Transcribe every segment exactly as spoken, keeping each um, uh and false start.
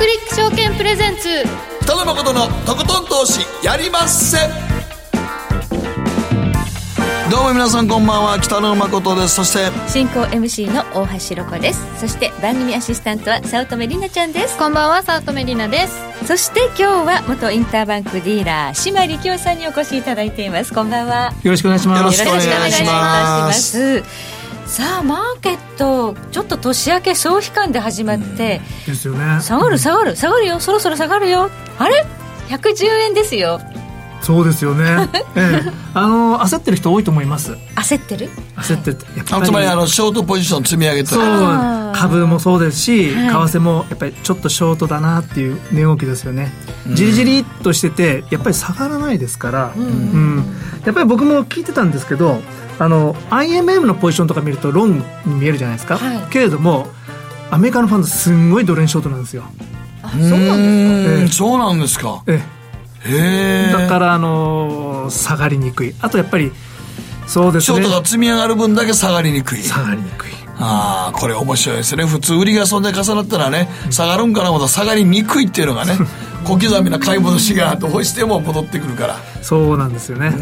クリック証券プレゼンツ北野誠のとことん投資やりまっせ。どうも皆さんこんばんは、北野誠です。そして進行 エムシー の大橋ロコです。そして番組アシスタントは早乙女里奈ちゃんです。 こんばんは、早乙女里奈です。 そして今日は元インターバンクディーラー島力夫さんにお越しいただいています。こんばんは。 よろしくお願いします。 よろしくお願いします。 よろしくお願いいたします。さあマーケットちょっと年明け総悲観で始まって、 うん、ですよね。 下がる下がる下がるよ、そろそろ下がるよ、あれひゃくじゅうえんですよ。 そうですよね、ええ、あの焦ってる人多いと思います。 焦ってる焦ってて、やっぱりつまりあのショートポジション積み上げて、 そう株もそうですし、 はい、 為替もやっぱりちょっとショートだなっていう値動きですよね、うん、じりじりっとしててやっぱり下がらないですから、うんうん、やっぱり僕も聞いてたんですけど、あの アイエムエム のポジションとか見るとロングに見えるじゃないですか、はい、けれどもアメリカのファンドすんごいドル円ショートなんですよ。 あ、そうなんですか、 ええ、そうなんですか、ええ、 へだからあのー、下がりにくい。あとやっぱりそうですね、 ショートが積み上がる分だけ下がりにくい。 下がりにくい。 ああ、これ面白いですね。普通売りがそんなに重なったらね、下がるんかなまた下がりにくいっていうのがね小刻みな買い戻しがどうしても戻ってくるから。 そうなんですよね。うん、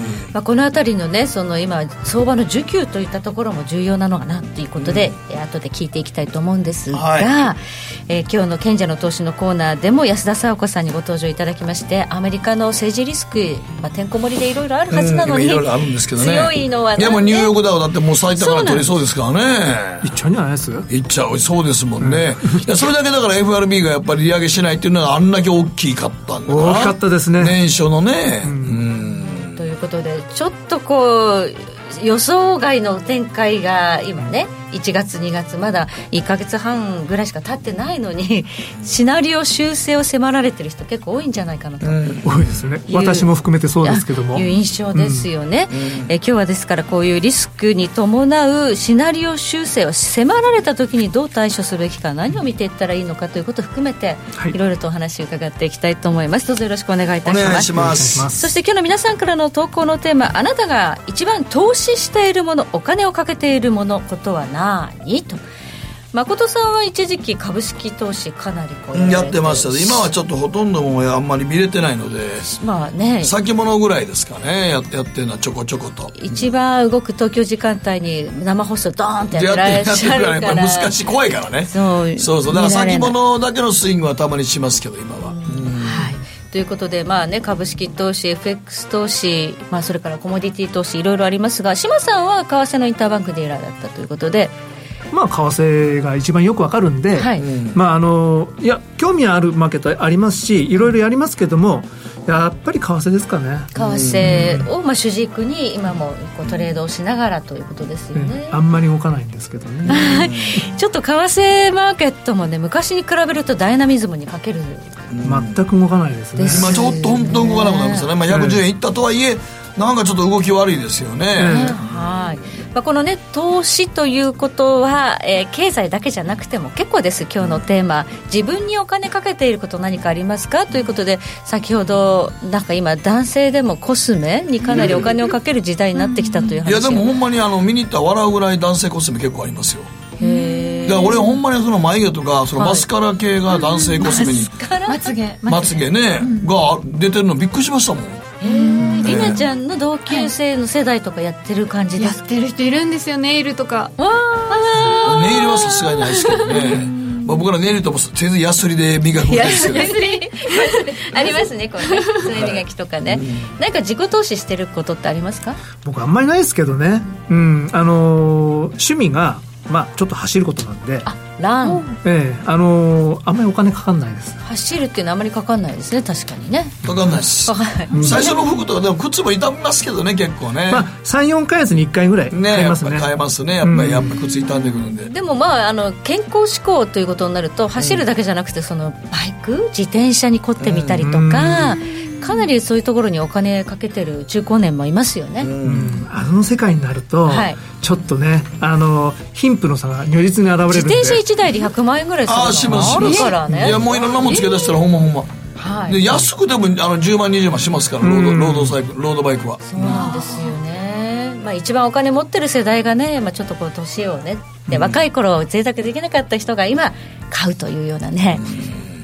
まあ、このあたりのね、その今相場の需給といったところも重要なのかなということで、うん、後で聞いていきたいと思うんですが、はい、えー、今日の賢者の投資のコーナーでも安田佐和子さんにご登場いただきまして、アメリカの政治リスク、まあ、てんこ盛りでいろいろあるはずなのに、 いろいろあるんですけどね、 強いのは、ね、 いやもうニューヨークダウだってもう最高から取りそうですからね。 いっちゃうんじゃないです。 いっちゃう、そうですもんね、うん、いやそれだけだから エフアールビー がやっぱり利上げしないっていうのはあんだけ大きかったんだな。 大きかったですね、 年初のね、うんうん、ということでちょっとこう予想外の展開が今ね、いちがつにがつまだいっかげつはんぐらいしか経ってないのにシナリオ修正を迫られてる人結構多いんじゃないかなと、うん、 多いですね。私も含めてそうですけどもいう印象ですよね、うんうん、え今日はですからこういうリスクに伴うシナリオ修正を迫られた時にどう対処すべきか、何を見ていったらいいのかということを含めて、はい、いろいろとお話を伺っていきたいと思います。どうぞよろしくお願いいたします。 お願いします。 そして今日の皆さんからの投稿のテーマ、あなたが一番投資しているもの、お金をかけているものことは何と。誠さんは一時期株式投資かなりこうや, やってました。今はちょっとほとんどもあんまり見れてないので、 まあね、 先物ぐらいですかね、 や, やってるのはちょこちょこと。 一番動く東京時間帯に生放送ドーンってやってらっしゃるから、やっぱり難しい、怖いからね。 そうそうそう、だから先物だけのスイングはたまにしますけど今は、うんうん、 はい。ということで、まあね、株式投資、エフエックス 投資、まあ、それからコモディティ投資いろいろありますが、島さんは為替のインターバンクディーラーだったということで、 まあ、為替が一番よくわかるんで、はい、まあ、あのいや興味あるマーケットありますし、いろいろやりますけども、やっぱり為替ですかね。 為替をまあ主軸に今もこうトレードをしながらということですよね、 うん、あんまり動かないんですけどねちょっと為替マーケットもね、昔に比べるとダイナミズムに欠ける、 全く動かないですね。 今、まあ、ちょっと本当動かなくなりますよね、まあ、ひゃくじゅうえんいったとはいえ、なんかちょっと動き悪いですよね、 うん、はい。まあ、このね、投資ということは、えー、経済だけじゃなくても結構です。今日のテーマ、自分にお金かけていること何かありますかということで、先ほどなんか今男性でもコスメにかなりお金をかける時代になってきたという話、 いやでもほんまにあの見に行ったら笑うぐらい男性コスメ結構ありますよ。へー、だから俺ほんまにその眉毛とかそのマスカラ系が男性コスメに、 はい、 まつげまつげね、うん、が出てるのびっくりしましたもん。 りなちゃんの同級生の世代とかやってる感じですか？ やってる人いるんですよ、ネイルとか。 あネイルはさすがにないですけどねまあ僕らネイルとも全然ヤスリで磨くんですけど、ヤスリありますね、こうね、爪磨きとかね、はい、なんか自己投資してることってありますか？ 僕あんまりないですけどね、うん、あのー、趣味がまあ、ちょっと走ることなんで、 あ、ラン、 ええ、あのー、あんまりお金かかんないです。 走るっていうのはあまりかかんないですね。確かにね、 かかんないです。最初の服とかでも靴も傷みますけどね、結構ね、 まあ、さん、よんかげつにいっかいぐらい買いますね。 ね、やっぱ買えますね、やっぱり、うん、やっぱ靴傷んでくるんで。 でもまあ、あの健康志向ということになると、走るだけじゃなくて、そのバイク、自転車に凝ってみたりとか、うんかなりそういうところにお金かけてる中高年もいますよね、うん、 あの世界になると、はい、ちょっとね、あの貧富の差が如実に現れるんで、 自転車いちだいでひゃくまんえんぐらいするのあしますあるからね。いやもういろんなもんつけ出したらほんまほんま、はい、で安くてもあのじゅうまんにじゅうまんしますから、ロード、ロードサイクル、ロードバイクは。 そうなんですよね、まあ、一番お金持ってる世代がね、まあ、ちょっとこう年をねで、うん、若い頃贅沢できなかった人が今買うというようなね、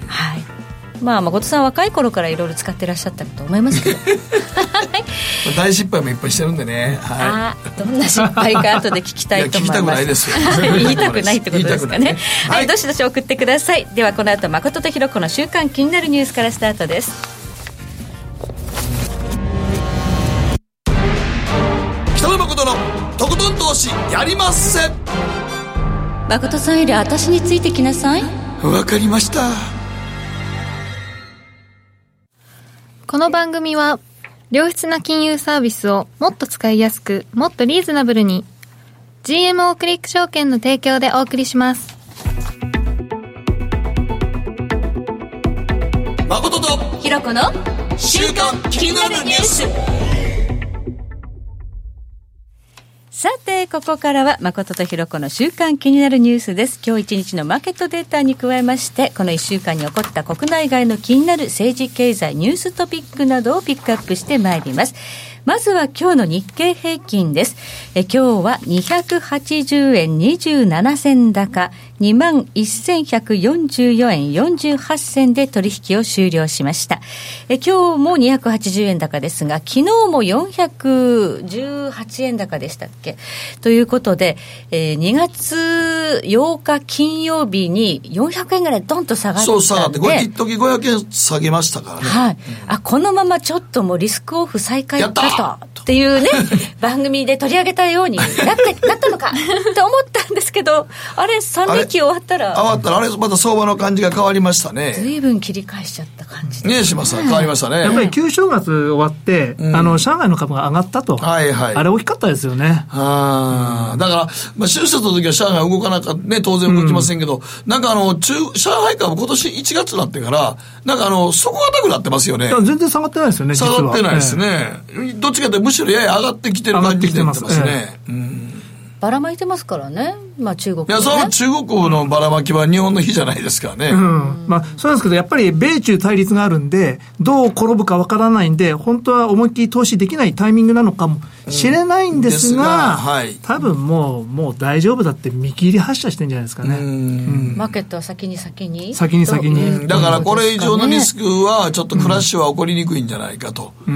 はい、まあ誠さん若い頃からいろいろ使ってらっしゃったと思いますけど大失敗もいっぱいしてるんでね、はい、 あどんな失敗か後で聞きたいと思います。 いや聞きたくないですよ言いたくないってことですかね、 ね、 はい、はい、どしどし送ってください。ではこの後誠とひろ子の週刊気になるニュースからスタートです。 北野誠のとことん投資やりまっせ。 誠さんより私についてきなさい。 わかりました。 この番組は良質な金融サービスをもっと使いやすくもっとリーズナブルに ジーエムオー クリック証券の提供でお送りします。 誠とひろ子の週刊気になるニュース。 さてここからは誠とひろ子の週刊気になるニュースです。今日一日のマーケットデータに加えましてこのいっしゅうかんに起こった国内外の気になる政治経済ニューストピックなどをピックアップしてまいります。まずは今日の日経平均です。え今日はにひゃくはちじゅうえんにじゅうななせん高 にまんせんひゃくよんじゅうよえんよんじゅうはちせんで取引を終了しました。え今日もにひゃくはちじゅうえん高ですが昨日もよんひゃくじゅうはちえん高でしたっけということで、えー、にがつようか金曜日によんひゃくえんぐらいドンと下がったんで、 そう下がってこれ一時ごひゃくえん下げましたからね、 はい、うん、あこのままちょっともうリスクオフ再開かとっていうね番組で取り上げたようになってなったのかって思ったんですけどあれさん連休終わったら終わったらあれまた相場の感じが変わりましたね。 随分切り返しちゃった感じね。島さん変わりましたね。 やっぱり旧正月終わって、うん、あの上海の株が上がったと、はいはい、あれ大きかったですよね。 あ、うん、だから、まあ、春節の時は上海動かなかったね、当然動きませんけど、うん、なんかあの中上海株今年いちがつになってからなんかあの底堅くなってますよね。 全然下がってないですよね。 下がってないですね、えー、どっちかというとむしろやや上がってきてる感じでますね、えーうん、 ばらまいてますからね、まあ、中国、ね、 いやその中国のばらまきは日本の日じゃないですからね、 うん、まあ、そうなんですけどやっぱり米中対立があるんでどう転ぶかわからないんで本当は思いっきり投資できないタイミングなのかもしれないんですが、うん、ですがはい、多分もう、もう大丈夫だって見切り発車してるんじゃないですかね。うん、うん、 マーケットは先に先に先に先に、 うん、だからこれ以上のリスクはちょっとクラッシュは起こりにくいんじゃないかと、うん、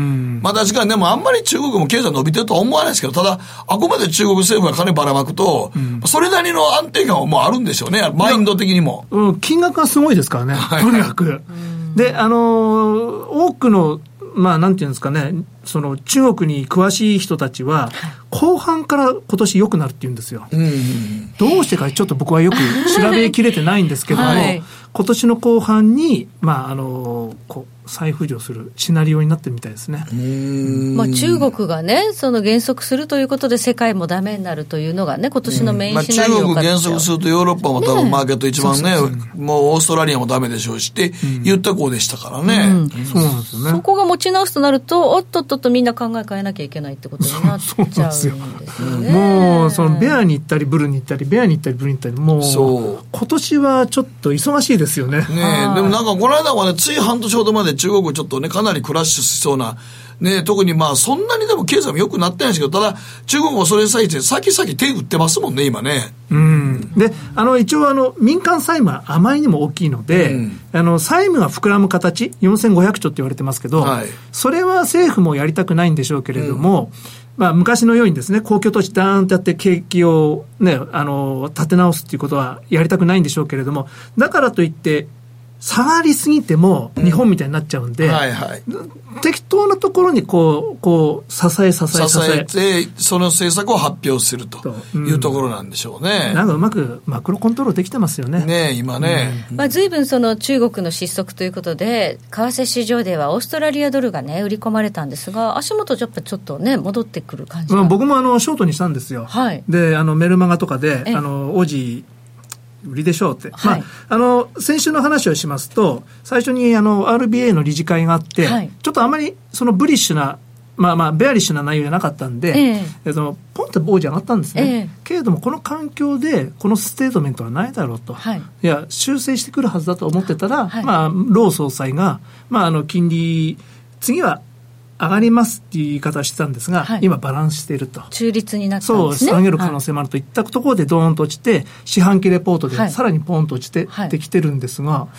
まあ確かにでもあんまり中国も経済伸びてるとは思わないですけどただあくまで中国政府が金ばらまくと、うん、それなりの安定感はもうあるんでしょうね、マインド的にも、 うん、金額はすごいですからね、はい、とにかくで、あのー、多くのまあなんていうんですかね、その中国に詳しい人たちは後半から今年良くなるって言うんですよ、うんうん、どうしてかちょっと僕はよく調べきれてないんですけども、はい、今年の後半にまああのこう再浮上するシナリオになってるみたいですね。 うーん、まあ、中国がねその減速するということで世界もダメになるというのがね今年のメインシナリオか、 まあ、中国減速するとヨーロッパも多分マーケット一番 ね, ねそうそうそうもうオーストラリアもダメでしょうしって言った子でしたからね、うんうん、 そうなんですよね。 そこが持ち直すとなるとおっとっとっとみんな考え変えなきゃいけないってことになっちゃうんですよね。 もうそのベアに行ったりブルに行ったりベアに行ったりブルに行ったりもうそう今年はちょっと忙しいですよね。ねえでもなんかこの間はねつい半年ほどまで中国ちょっとねかなりクラッシュしそうなね、特にまあそんなにでも経済も良くなってないんですけどただ中国もそれに際して先々手打ってますもんね今ね。 うんであの一応あの民間債務はあまりにも大きいので、うん、あの債務が膨らむ形よんせんごひゃくちょって言われてますけど、はい、それは政府もやりたくないんでしょうけれども、うんまあ、昔のようにですね公共投資ダーンとやって景気を、ね、あの立て直すっていうことはやりたくないんでしょうけれどもだからといって下がりすぎても日本みたいになっちゃうんで、うんはいはい、適当なところにこうこう支え支え支え支えてその政策を発表するというところなんでしょうね、 うん、なんかうまくマクロコントロールできてますよね。 ね今ね、 うんまあ、随分その中国の失速ということで為替市場ではオーストラリアドルがね売り込まれたんですが足元ちょっとちょっとね戻ってくる感じ、 まあ、僕もあのショートにしたんですよ、はい、であのメルマガとかであのオジ売りでしょうって、はいまあ、あの先週の話をしますと最初にあの アールビーエー の理事会があって、はい、ちょっとあまりそのブリッシュなまあまあベアリッシュな内容じゃなかったんで、えー、そのポンってボージ上がったんですね、えー、けれどもこの環境でこのステートメントはないだろうと、はい、いや修正してくるはずだと思ってたら、はいまあ、ロー総裁が、まあ、あの金利次は上がりますっていう言い方をしてたんですが、はい、今バランスしていると中立になったんですね。 そう下げる可能性もあるといったところでドーンと落ちて四半期レポートでさらにポンと落ちて、はい、できてるんですが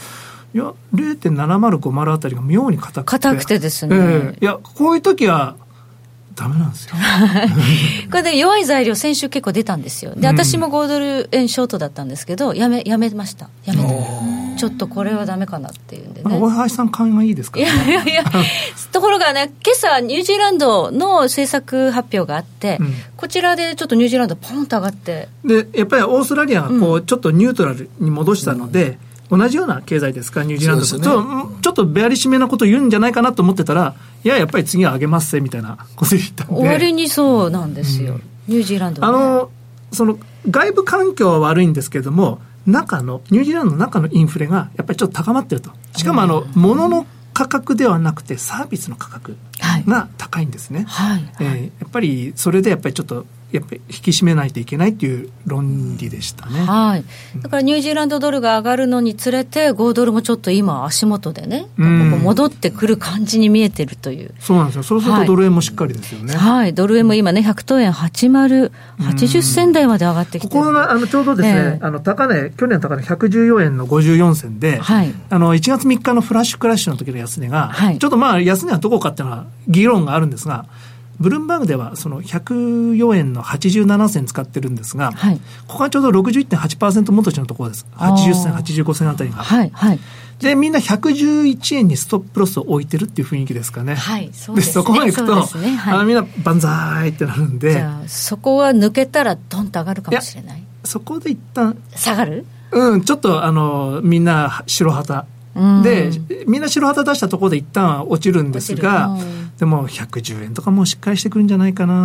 いや ゼロてんななまるごまる あたりが妙に硬くて硬くてですね、 えー、いやこういう時はダメなんですよこれで弱い材料先週結構出たんですよ。で、私もごドル円ショートだったんですけどやめやめましたやめてちょっとこれはダメかなっていうんでね。 大橋さん勘がいいですからね。 いやいやいやところがね、今朝ニュージーランドの政策発表があって、うん、こちらでちょっとニュージーランドポンと上がって、 でやっぱりオーストラリアがこう、うん、ちょっとニュートラルに戻したので、うん、同じような経済ですかニュージーランドと、ね、ちょっとベアリシめなこと言うんじゃないかなと思ってたら、いややっぱり次は上げますぜみたいなこと言ったんで、 終わりにそうなんですよ、うん、ニュージーランドは、ね、 あのその外部環境は悪いんですけれども、中のニュージーランドの中のインフレがやっぱりちょっと高まってると。しかもあの物の価格ではなくてサービスの価格が高いんですね、はいはい、えー、やっぱりそれでやっぱりちょっとやっぱり引き締めないといけないという論理でしたね、 はい、だからニュージーランドドルが上がるのにつれてごドルもちょっと今足元でね、ここ戻ってくる感じに見えてるという。 そうなんですよ。そうするとドル円もしっかりですよね、 はいはい、ドル円も今ねひゃくとうえんはちじゅう、はちじゅっせん台まで上がってきてる。 ここのあのちょうどですね、えー、あの高値去年の高値ひゃくじゅうよえんのごじゅうよんせんで、はい、あのいちがつみっかのフラッシュクラッシュの時の安値が、はい、ちょっとまあ安値はどこかっていうのは議論があるんですが、ブルームバーグではそのひゃくよえんのはちじゅうななせん使ってるんですが、はい、ここはちょうど ろくじゅういってんはちパーセント 元値のところです。はちじゅっせんはちじゅうごせんあたりが、はいはい、でみんなひゃくじゅういちえんにストップロスを置いてるっていう雰囲気ですかね、はい、そうですね。でそこまでいくと、ね、はい、あのみんな万歳ってなるんで、 じゃあそこは抜けたらドンと上がるかもしれない。 そこで一旦下がる、 うん、ちょっとあのみんな白旗でみんな白旗出したところで一旦落ちるんですが、でもひゃくじゅうえんとかもしっかりしてくるんじゃないかな、うん、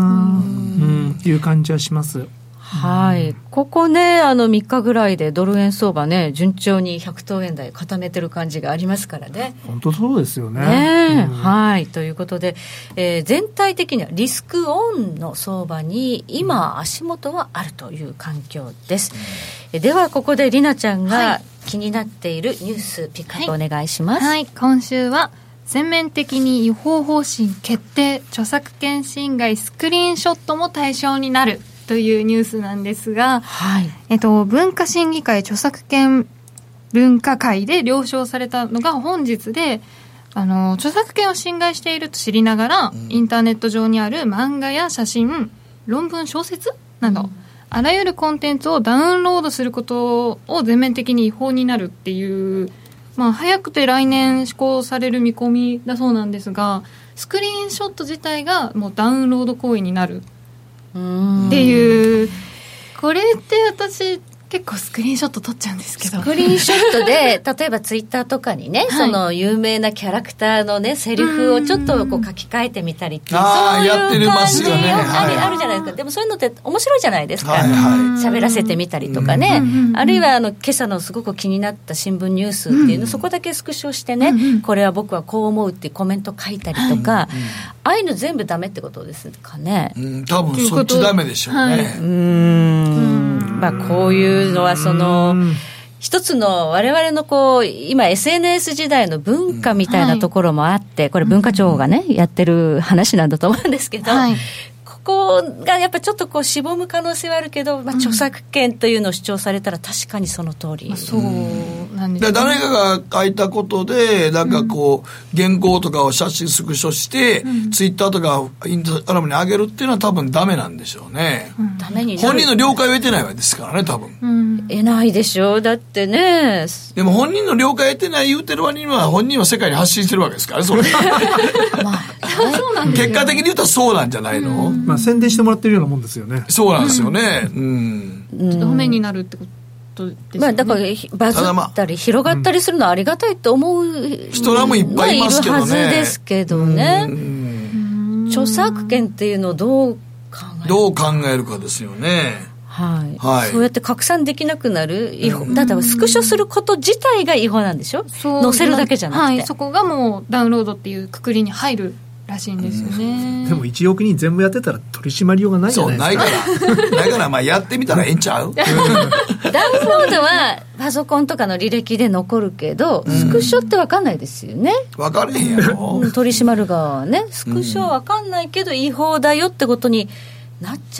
っていう感じはします。 はい、ここねあのみっかぐらいでドル円相場ね順調にひゃくとうえん台固めてる感じがありますからね。 本当そうですよね。 ね、うん、はいということで、えー、全体的にはリスクオンの相場に今足元はあるという環境です、うん、ではここでりなちゃんが気になっているニュースピックアップお願いします。 はい、はい、今週は全面的に違法方針決定、著作権侵害スクリーンショットも対象になるというニュースなんですが、はい、えっと、文化審議会著作権分科会で了承されたのが本日で、あの著作権を侵害していると知りながら、うん、インターネット上にある漫画や写真、論文、小説など、うん、あらゆるコンテンツをダウンロードすることを全面的に違法になるっていう、まあ、早くて来年施行される見込みだそうなんですが、スクリーンショット自体がもうダウンロード行為になるっていう、これって私結構スクリーンショット撮っちゃうんですけど、 スクリーンショットで例えばツイッターとかにね、はい、その有名なキャラクターのねセリフをちょっとこう書き換えてみたりっていう、そういう感じある、あるじゃないですか。でもそういうのって面白いじゃないですか、はいはい、喋らせてみたりとかね、あるいはあの今朝のすごく気になった新聞ニュースっていうの、そこだけスクショしてね、これは僕はこう思うっていうコメント書いたりとか、はい、ああいうの全部ダメってことですかね。 うん、多分そっちダメでしょうね、はい、うーん、まあ、こういうのはその一つの我々のこう今 エスエヌエス 時代の文化みたいなところもあって、はい、これ文化庁がねやってる話なんだと思うんですけど、はい、ここがやっぱちょっとこうしぼむ可能性はあるけど、まあ、著作権というのを主張されたら確かにその通り、まあ、そうなんですね。誰かが書いたことでなんかこう原稿とかを写真スクショして、うん、ツイッターとかインスタグラムに上げるっていうのは多分ダメなんでしょうね、うん、ダメに本人の了解を得てないわけですからね多分、 うん、得ないでしょう。だってね。 でも本人の了解を得てない言うてる割には本人は世界に発信してるわけですからねそれまあそうなんですよ。結果的に言うとそうなんじゃないの、うん、 まあ、宣伝してもらってるようなもんですよね。 そうなんですよね、うんうん、ちょっとダメになるってことですね。 まあ、だからバズったり広がったりするのはありがたいと思う人らもいっぱいいますけどね。 いるはずですけどね。うん著作権っていうのをどう考えるどう考えるかですよね。 はいはい、そうやって拡散できなくなる違法、だからスクショすること自体が違法なんでしょ。載せるだけじゃなくて、はい、 そこがもうダウンロードっていうくくりに入るらしいんですよね、 うん、でもいちおくにん全部やってたら取り締まりようがないじゃないですか。 そうないからだからまあやってみたらええんちゃうダウンロードはパソコンとかの履歴で残るけど、うん、スクショって分かんないですよね。 分かれへんやろ取り締まる側はね。スクショは分かんないけど違法だよってことになっちゃうんです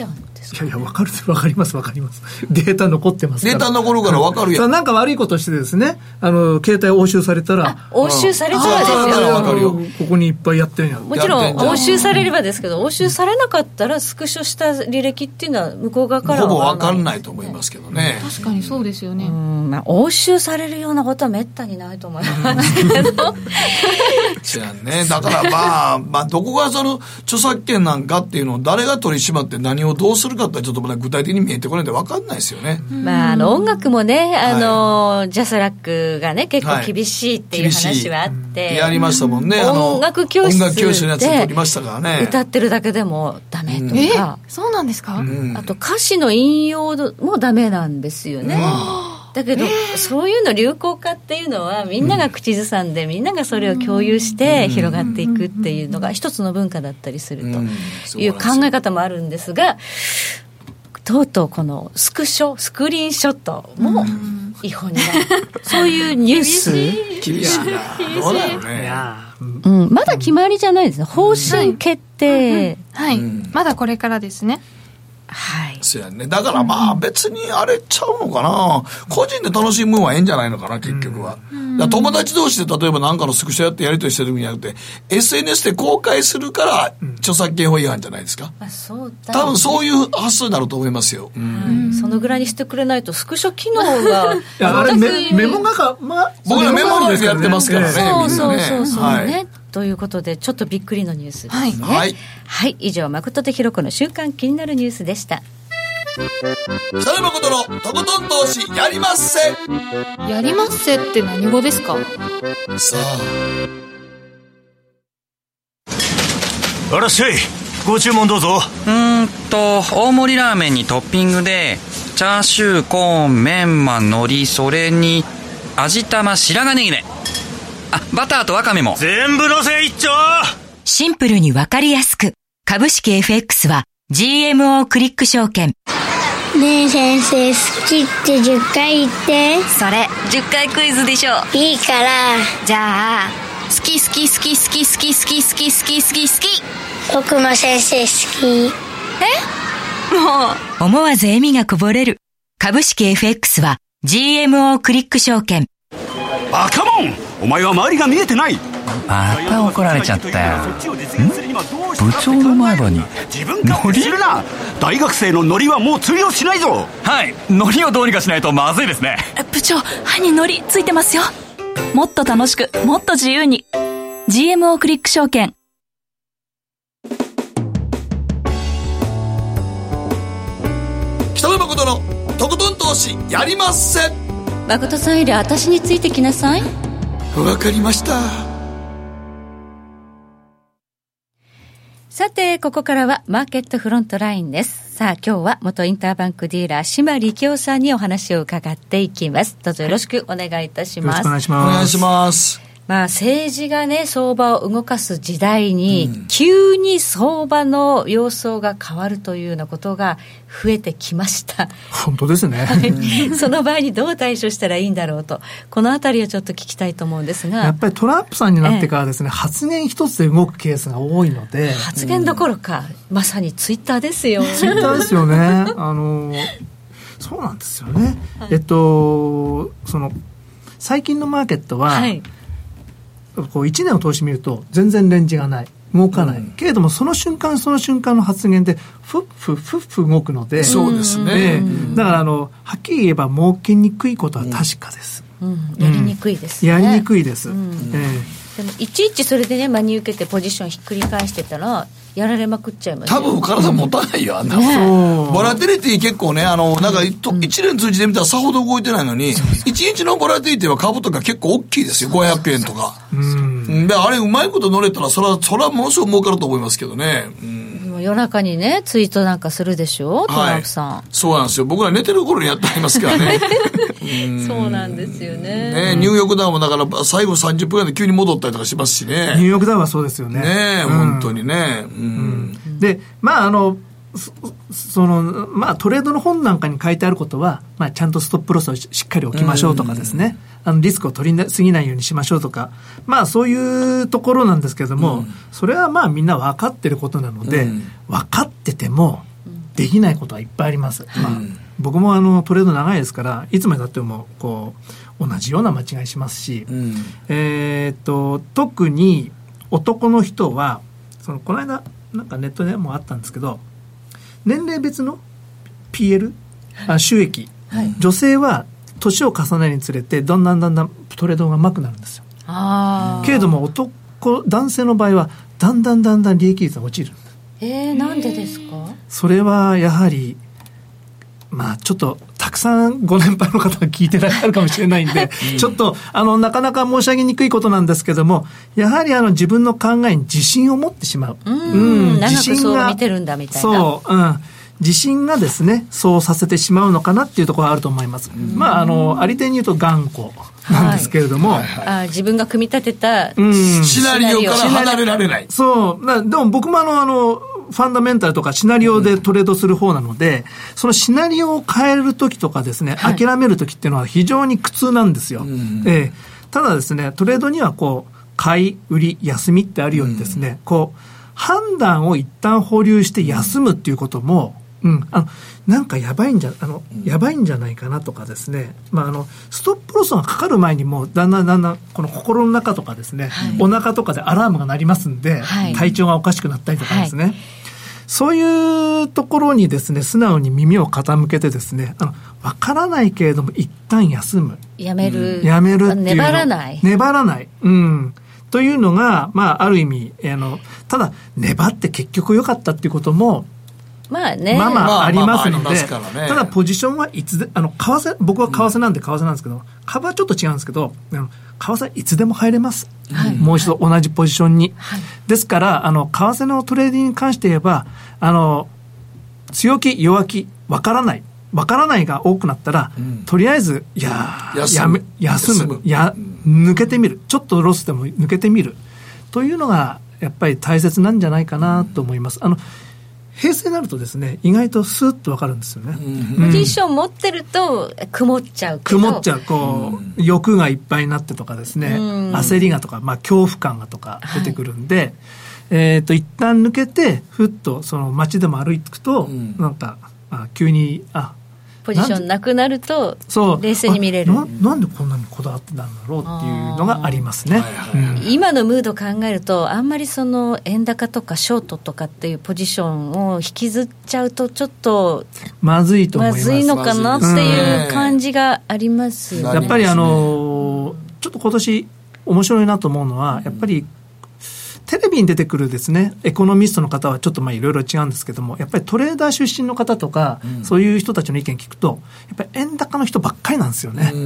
ですか。 いやいや、分かる分かります分かります。データ残ってますから。 データ残るから分かるやん。 なんか悪いことしてですね、あの携帯押収されたら、 押収されそうですよ。 分かるよ。 ここにいっぱいやってんや。 もちろん押収されればですけど、押収されなかったらスクショした履歴っていうのは向こう側からはほぼ分かんないと思いますけどね。 確かにそうですよね。 うん、まあ、押収されるようなことはめったにないと思いますけどそうやね。だからまあ、まあ、どこがその著作権なんかっていうのを誰が取り締まって何をどうするかってちょっとまだ具体的に見えてこないんで分かんないですよね。 まあ、あの音楽もね、あの、はい、ジャスラックがね結構厳しいっていう話はあって、はい、 やりましたもんね。あの音楽教室音楽教室のやつ取りましたからね。 歌ってるだけでもダメとか、うん、 えそうなんですか、うん、 あと歌詞の引用もダメなんですよね、うん、だけど、えー、そういうの流行化っていうのはみんなが口ずさんで、うん、みんながそれを共有して広がっていくっていうのが一つの文化だったりするという考え方もあるんですが、とうとうこのスクショスクリーンショットも違法になる、うん、そういうニュース厳しいな。どうだろうね。 うん、まだ決まりじゃないですね。方針決定、 はい、はい、うん、まだこれからですね。 はい。 そうやね。だからまあ別にあれちゃうのかな。個人で楽しむのはええんじゃないのかな、結局は。うん、だ友達同士で例えば何かのスクショやってやり取りしてるんじゃなくて、エスエヌエス で公開するから著作権法違反じゃないですか。 あ、そうだ。 多分そういう発想になると思いますよ。うん、 そのぐらいにしてくれないとスクショ機能がいやあれメ, メモが、まあ、 僕らメモがやってますからね。 そうそうそうそう、はい、ね。ということでちょっとびっくりのニュースですね。はい、 はいはい、以上誠手ひろ子の週刊気になるニュースでした。 北野誠のとことん投資やりまっせ。 やりまっせって何語ですか。 さああらっしゃい、ご注文どうぞ。 うーんと大盛りラーメンにトッピングでチャーシュー、コーン、メンマ、海苔、それに味玉、白髪ネギね。あ、バターとワカメも全部のせ一丁。 シンプルにわかりやすく、株式 エフエックス は ジーエムオー クリック証券。 ねえ先生、好きってじゅっかい言って。 それじゅっかいクイズでしょ。 いいから。 じゃあ、好き好き好き好き好き好き好き好き好き好き。 僕も先生好き。え？ もう思わず笑みがこぼれる。株式 エフエックス は ジーエムオー クリック証券。 バカモン、お前は周りが見えてない。 また怒られちゃったよ。ん？部長の前歯に自分勝手するな。大学生のノリはもう通用しないぞ。 はい、ノリをどうにかしないとまずいですね。 部長、歯にノリついてますよ。もっと楽しく、もっと自由に ジーエムオー クリック証券。 北野誠のとことん投資やりまっせ。 誠さんより私についてきなさい。 わかりました。 さてここからはマーケットフロントラインです。さあ今日は元インターバンクディーラー島力夫さんにお話を伺っていきます。どうぞよろしくお願いいたします。 よろしくお願いします。 お願いします。 まあ、政治がね相場を動かす時代に、うん、急に相場の様相が変わるというようなことが増えてきました。 本当ですね、 はい、その場合にどう対処したらいいんだろうと、このあたりをちょっと聞きたいと思うんですが、 やっぱりトランプさんになってからですね、ええ、発言一つで動くケースが多いので、 発言どころか、うん、まさにツイッターですよ。 ツイッターですよね。あのそうなんですよね、はい、えっとその最近のマーケットは、はい、こういちねんを通してみると全然レンジがない、動かない、うん、けれどもその瞬間その瞬間の発言でフッフッフッフ動くので、 そうですね、 だからあのはっきり言えば儲けにくいことは確かです、 うんうん、やりにくいですね、 やりにくいです、うんえー、でもいちいちそれでね真に受けてポジションひっくり返してたらやられまくっちゃいますね。 多分体持たないよ、あんな、ね、ボラテリティ結構ね、あのなんかいちねん通じてみたらさほど動いてないのに、いちにちのボラテリティは株とか結構大きいですよ。ごひゃくえんとか。うんであれうまいこと乗れたらそれはそれはものすごく儲かると思いますけどね。うん、 夜中にねツイートなんかするでしょ、トランプさん、 はい、そうなんですよ。僕ら寝てる頃にやってありますからね。 うんそうなんですよ ね, ねニューヨークダウンもだから最後さんじゅっぷんぐらいで急に戻ったりとかしますしね。 ニューヨークダウンはそうですよね。 ね、うん、本当にね、うんうん、でまああのそ, そのまあ、トレードの本なんかに書いてあることは、まあ、ちゃんとストップロスをしっかり置きましょうとかですね、あのリスクを取りすぎないようにしましょうとか、まあ、そういうところなんですけれども、うん、それはまあみんな分かってることなので、うん、分かっててもできないことはいっぱいあります、うんまあ、僕もあのトレード長いですからいつまでたってもこう同じような間違いしますし、うんえー、っと特に男の人はそのこの間なんかネットでもあったんですけど年齢別の ピーエル、はい、あ収益、はい、女性は年を重ねるにつれてだんだんだんだんトレードがうまくなるんですよ。あけれども男男性の場合はだんだんだんだん利益率が落ちる。 えー、なんでですか？ それはやはりまあちょっとたくさんご年配の方が聞いてらっしゃるかもしれないんで、うん、ちょっとあのなかなか申し上げにくいことなんですけどもやはりあの自分の考えに自信を持ってしまう。 うん、うん、長くそう見てるんだみたいな。 そう、うん。自信がですねそうさせてしまうのかなっていうところがあると思います、うん、まああのありていに言うと頑固なんですけれども、はいはいはい、 あ自分が組み立てた、 うん、シナリオから離れられない。 そうだでも僕もあのあのファンダメンタルとかシナリオでトレードする方なので、うん、そのシナリオを変えるときとかですね、はい、諦めるときっていうのは非常に苦痛なんですよ、うんえー、ただですねトレードにはこう買い売り休みってあるようにですね、うん、こう判断を一旦保留して休むっていうこともうん、あのなんかやばいんじゃあの、うん、やばいんじゃないかなとかですね、まあ、あのストップロスがかかる前にもうだんだんだんだんこの心の中とかですね、はい、お腹とかでアラームが鳴りますんで、はい、体調がおかしくなったりとかですね、はい、そういうところにですね素直に耳を傾けてですねあの分からないけれども一旦休むやめる、 うん、やめるっていう粘らない粘らない、うんというのが、まあ、ある意味あのただ粘って結局良かったっていうこともまあね、 まあまあありますので、 まあまあありますからね、 ただポジションはいつであの為替僕は為替なんで為替なんですけど、うん、株はちょっと違うんですけどあの為替はいつでも入れます、はい、もう一度同じポジションに、はい、ですからあの為替のトレーディングに関して言えばあの強気弱気わからないわからないが多くなったら、うん、とりあえずいや休む休む、休むや、うん、抜けてみるちょっとロスでも抜けてみるというのがやっぱり大切なんじゃないかなと思います。あの平成になるとですね意外とスーッと分かるんですよね、 うん、ポジション持ってると曇っちゃうけど曇っちゃうこう、うん、欲がいっぱいになってとかですね、うん、焦りがとか、まあ、恐怖感がとか出てくるんで、はい、えー、と一旦抜けてふっとその街でも歩いていくと、うん、なんかあ急にあポジションなくなると冷静に見れるな, なんでこんなにこだわってたんだろうっていうのがありますね、うん、 今のムード考えるとあんまりその円高とかショートとかっていうポジションを引きずっちゃうとちょっとまずいと思います。 まずいのかなっていう感じがありますよね。 やっぱりあのちょっと今年面白いなと思うのはやっぱりテレビに出てくるですねエコノミストの方はちょっとまあいろいろ違うんですけどもやっぱりトレーダー出身の方とか、うん、そういう人たちの意見聞くとやっぱり円高の人ばっかりなんですよね、うんうん、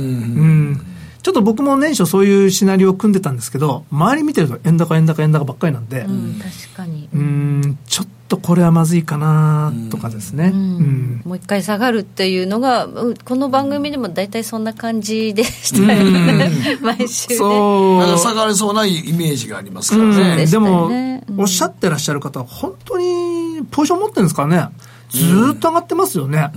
ちょっと僕も年初そういうシナリオを組んでたんですけど周り見てると円高円高円高ばっかりなんで、 うん、確かにうんちょっとこれはまずいかなとかですね、うんうん、もう一回下がるっていうのがこの番組でも大体そんな感じでしたよね、うん、毎週ねそうなんか下がりそうなイメージがありますからね、 うん、でも、うん、おっしゃってらっしゃる方は本当にポジション持ってるんですかね。ずーっと上がってますよね、うん、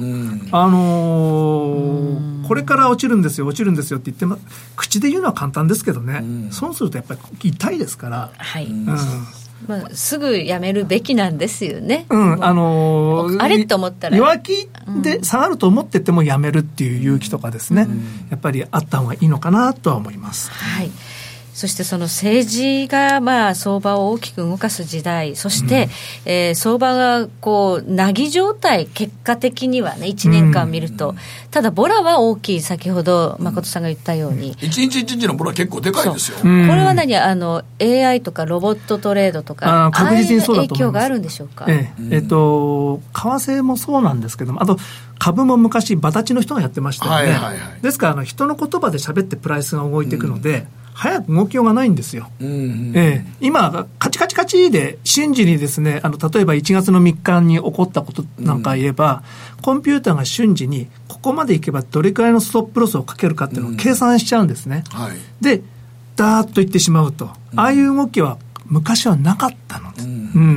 あのーうん、これから落ちるんですよ落ちるんですよって言ってます。口で言うのは簡単ですけどね、うん、そうするとやっぱり痛いですから、 はい、うんまあ、すぐやめるべきなんですよね、 うんあのー、 あれと思ったら弱気で下がると思っててもやめるっていう勇気とかですね、うん、やっぱりあった方がいいのかなとは思います、 はい。そしてその政治がまあ相場を大きく動かす時代、そして、うんえー、相場がこうなぎ状態、結果的にはねいちねんかん見ると、うん、ただボラは大きい、先ほど誠さんが言ったように、 うん、一日一日のボラ結構でかいですよ、 うん、これは何あの エーアイ とかロボットトレードとか、 あ確実にそうだと思います。 影響があるんでしょうか。 えええー、と為替もそうなんですけども、あと株も昔バタチの人がやってましたよね、はいはいはい、ですからあの人の言葉で喋ってプライスが動いていくので、うん早く動きようがないんですよ、うんうんええ、今カチカチカチで瞬時にですねあの例えばいちがつのみっかに起こったことなんか言えば、うん、コンピューターが瞬時にここまでいけばどれくらいのストップロスをかけるかっていうのを計算しちゃうんですね、うんはい、でダーッといってしまうと、うん、ああいう動きは昔はなかったのです、うんうん、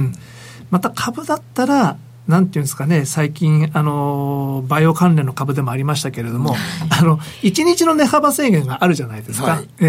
また株だったらなんていうんですかね、最近あのバイオ関連の株でもありましたけれども、あのいちにちの値幅制限があるじゃないですか、はいええ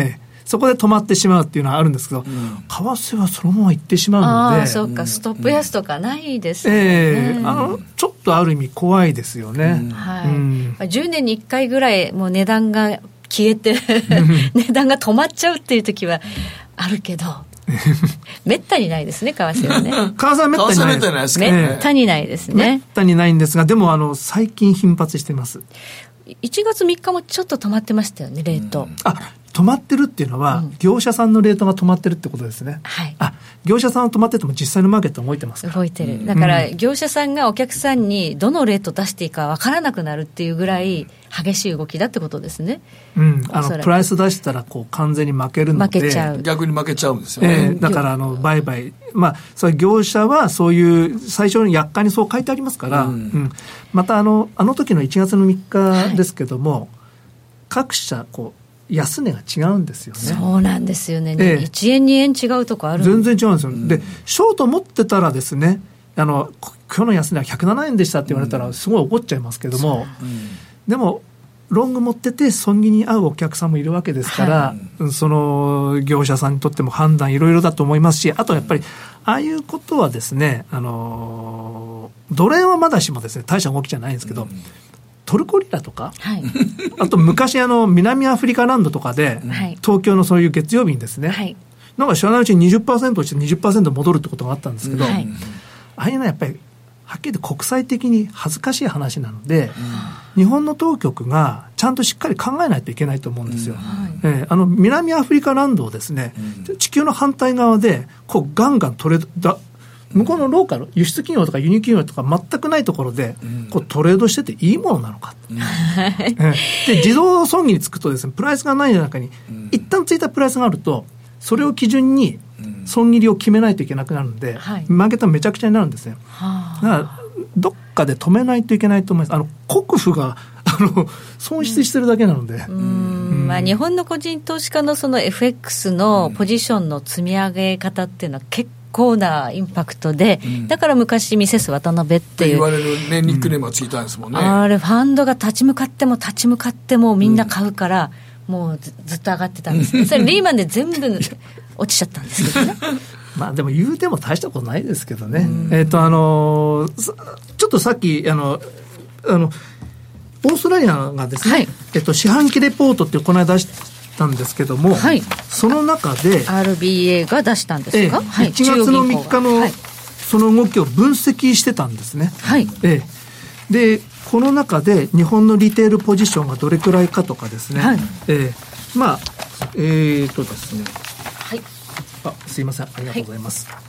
そこで止まってしまうっていうのはあるんですけど、うん、為替はそのまま行ってしまうので、 あそうか、ストップ安とかないですね、 えー、あのちょっとある意味怖いですよね、うんはいうんまあ、じゅうねんにいっかいぐらいもう値段が消えて値段が止まっちゃうっていう時はあるけどめったにないですね、為替はね。為替はめったにないです。 めったにないですね。 めったにないんですが、でもあの最近頻発しています。 いちがつみっかもちょっと止まってましたよね、レート。 うん、あ、止まってるっていうのは、うん、業者さんのレートが止まってるってことですね。 はい。 あ、業者さんは止まってても実際のマーケット動いてますから。 動いてる。だから、うん、業者さんがお客さんにどのレート出していいか分からなくなるっていうぐらい激しい動きだってことですね。 うん。あのプライス出したらこう完全に負けるので。 負けちゃう。 逆に負けちゃうんですよね。 えー、だからあの売買、まあそれ業者はそういう最初に約款にそう書いてありますから、うんうん、またあのあの時のいちがつのみっかですけども、はい、各社こう安値が違うんですよね。 そうなんですよね、ええ、いちえんにえん違うとこある全然違うんですよ、うん、でショート持ってたらですね、あの今日の安値はひゃくななえんでしたって言われたらすごい怒っちゃいますけども、うん、でもロング持ってて損切りに合うお客さんもいるわけですから、はい、その業者さんにとっても判断いろいろだと思いますし、あとやっぱりああいうことはですね、あのドル円はまだしもですね大した動きじゃないんですけど、うん、トルコリラとか、はい、あと昔あの南アフリカランドとかで、はい、東京のそういう月曜日にですね、はい、なんか知らないうちに にじゅっパーセント 落ちて にじゅっパーセント 戻るってことがあったんですけど、はい、ああいうのはやっぱりはっきり言って国際的に恥ずかしい話なので、うん、日本の当局がちゃんとしっかり考えないといけないと思うんですよ、うんはいえー、あの南アフリカランドをですね、うん、地球の反対側でこうガンガントレード向こうのローカル輸出企業とか輸入企業とか全くないところでこうトレードしてていいものなのか、うんえー、で自動損切りつくとですねプライスがない中に一旦ついたプライスがあるとそれを基準に損切りを決めないといけなくなるので、はい、マーケットはめちゃくちゃになるんですね。はあ、だからどっかで止めないといけないと思います。あの国府があの損失してるだけなので、 うんうんまあ、日本の個人投資家のその エフエックス のポジションの積み上げ方っていうのは結構なインパクトで、うん、だから昔ミセス渡辺っていう言われる、ね、ニックネームがついたんですもんね、 うん、あれファンドが立ち向かっても立ち向かってもみんな買うから、うん、もう ず, ずっと上がってたんですね。それリーマンで全部落ちちゃったんですけどねまあでも言うても大したことないですけどね。えっ、ー、とあのちょっとさっきあのあのオーストラリアがですね、はい、えっと四半期レポートってこの間出したんですけども、はい、その中でアールビーエー が出したんですか、えーはい、 いちがつのみっかのその動きを分析してたんですね。 はい。 えー、でこの中で日本のリテールポジションがどれくらいかとかですね。はい。えー、まあえーとですね。 はい。 あ、すいません、ありがとうございます。はい、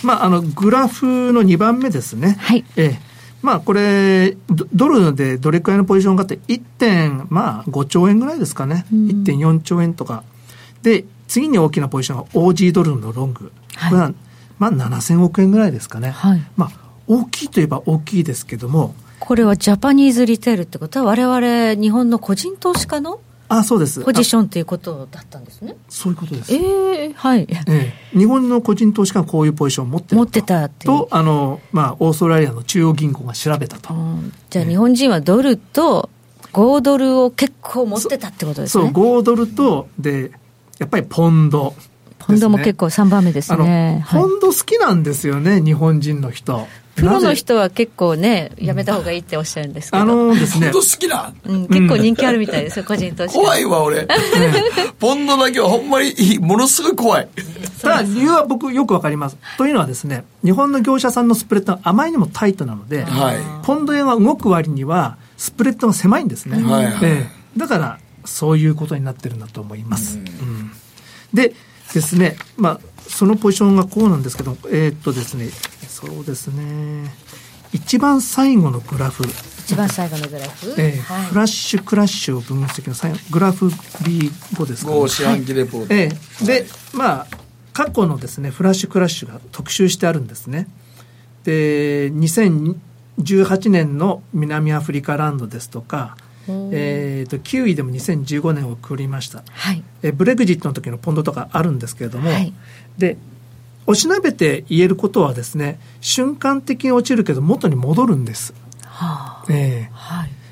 まあ、あのグラフのにばんめですね。 はい。 えー、まあこれドルでどれくらいのポジションかって いってんごちょうえんぐらいですかね。いってんよんちょうえんとかで、次に大きなポジションが オージー ドルのロング。はい、これはまあななせんおくえんぐらいですかね。はい。まあ大きいといえば大きいですけども、 これはジャパニーズリテールってことは我々日本の個人投資家のあそうですポジションということだったんですね。 そういうことです。 えー、はい、 えー、日本の個人投資家がこういうポジションを持ってると持ってたっていうとあの、まあ、オーストラリアの中央銀行が調べたと、うん、 じゃあ日本人はドルとごドルを結構持ってたってことですね。 そうごドルとでやっぱりポンド、ね、 ポンドも結構さんばんめですね。 あの、はい、ポンド好きなんですよね日本人の人。 プロの人は結構ねやめた方がいいっておっしゃるんですけど、 あのー、ですね、 ポンド好きな、 うん、結構人気あるみたいですよ、うん、個人投資家。 怖いわ俺ポンドだけはほんまにものすごい怖い。 ただ理由は僕よくわかります。というのはですね、日本の業者さんのスプレッドがあまりにもタイトなので、はい、ポンド円が動く割にはスプレッドが狭いんですね、はいはい、えー、だからそういうことになってるんだと思います、うんうん、でですね、まあそのポジションがこうなんですけど、えー、っとですねそうですね一番最後のグラフ一番最後のグラフ、 えーはい、フラッシュクラッシュを分析の最後グラフ ビーご ですかね。 ご四半期レポート、 えー、で、はい、まあ過去のですねフラッシュクラッシュが特集してあるんですね。でにせんじゅうはちねんの南アフリカランドですとか、えー、とキウイでもにせんじゅうごねんを送りました、はい、えブレグジットの時のポンドとかあるんですけれども、はい、でおしなべて言えることはですね、瞬間的に落ちるけど元に戻るんです、はあえーはい、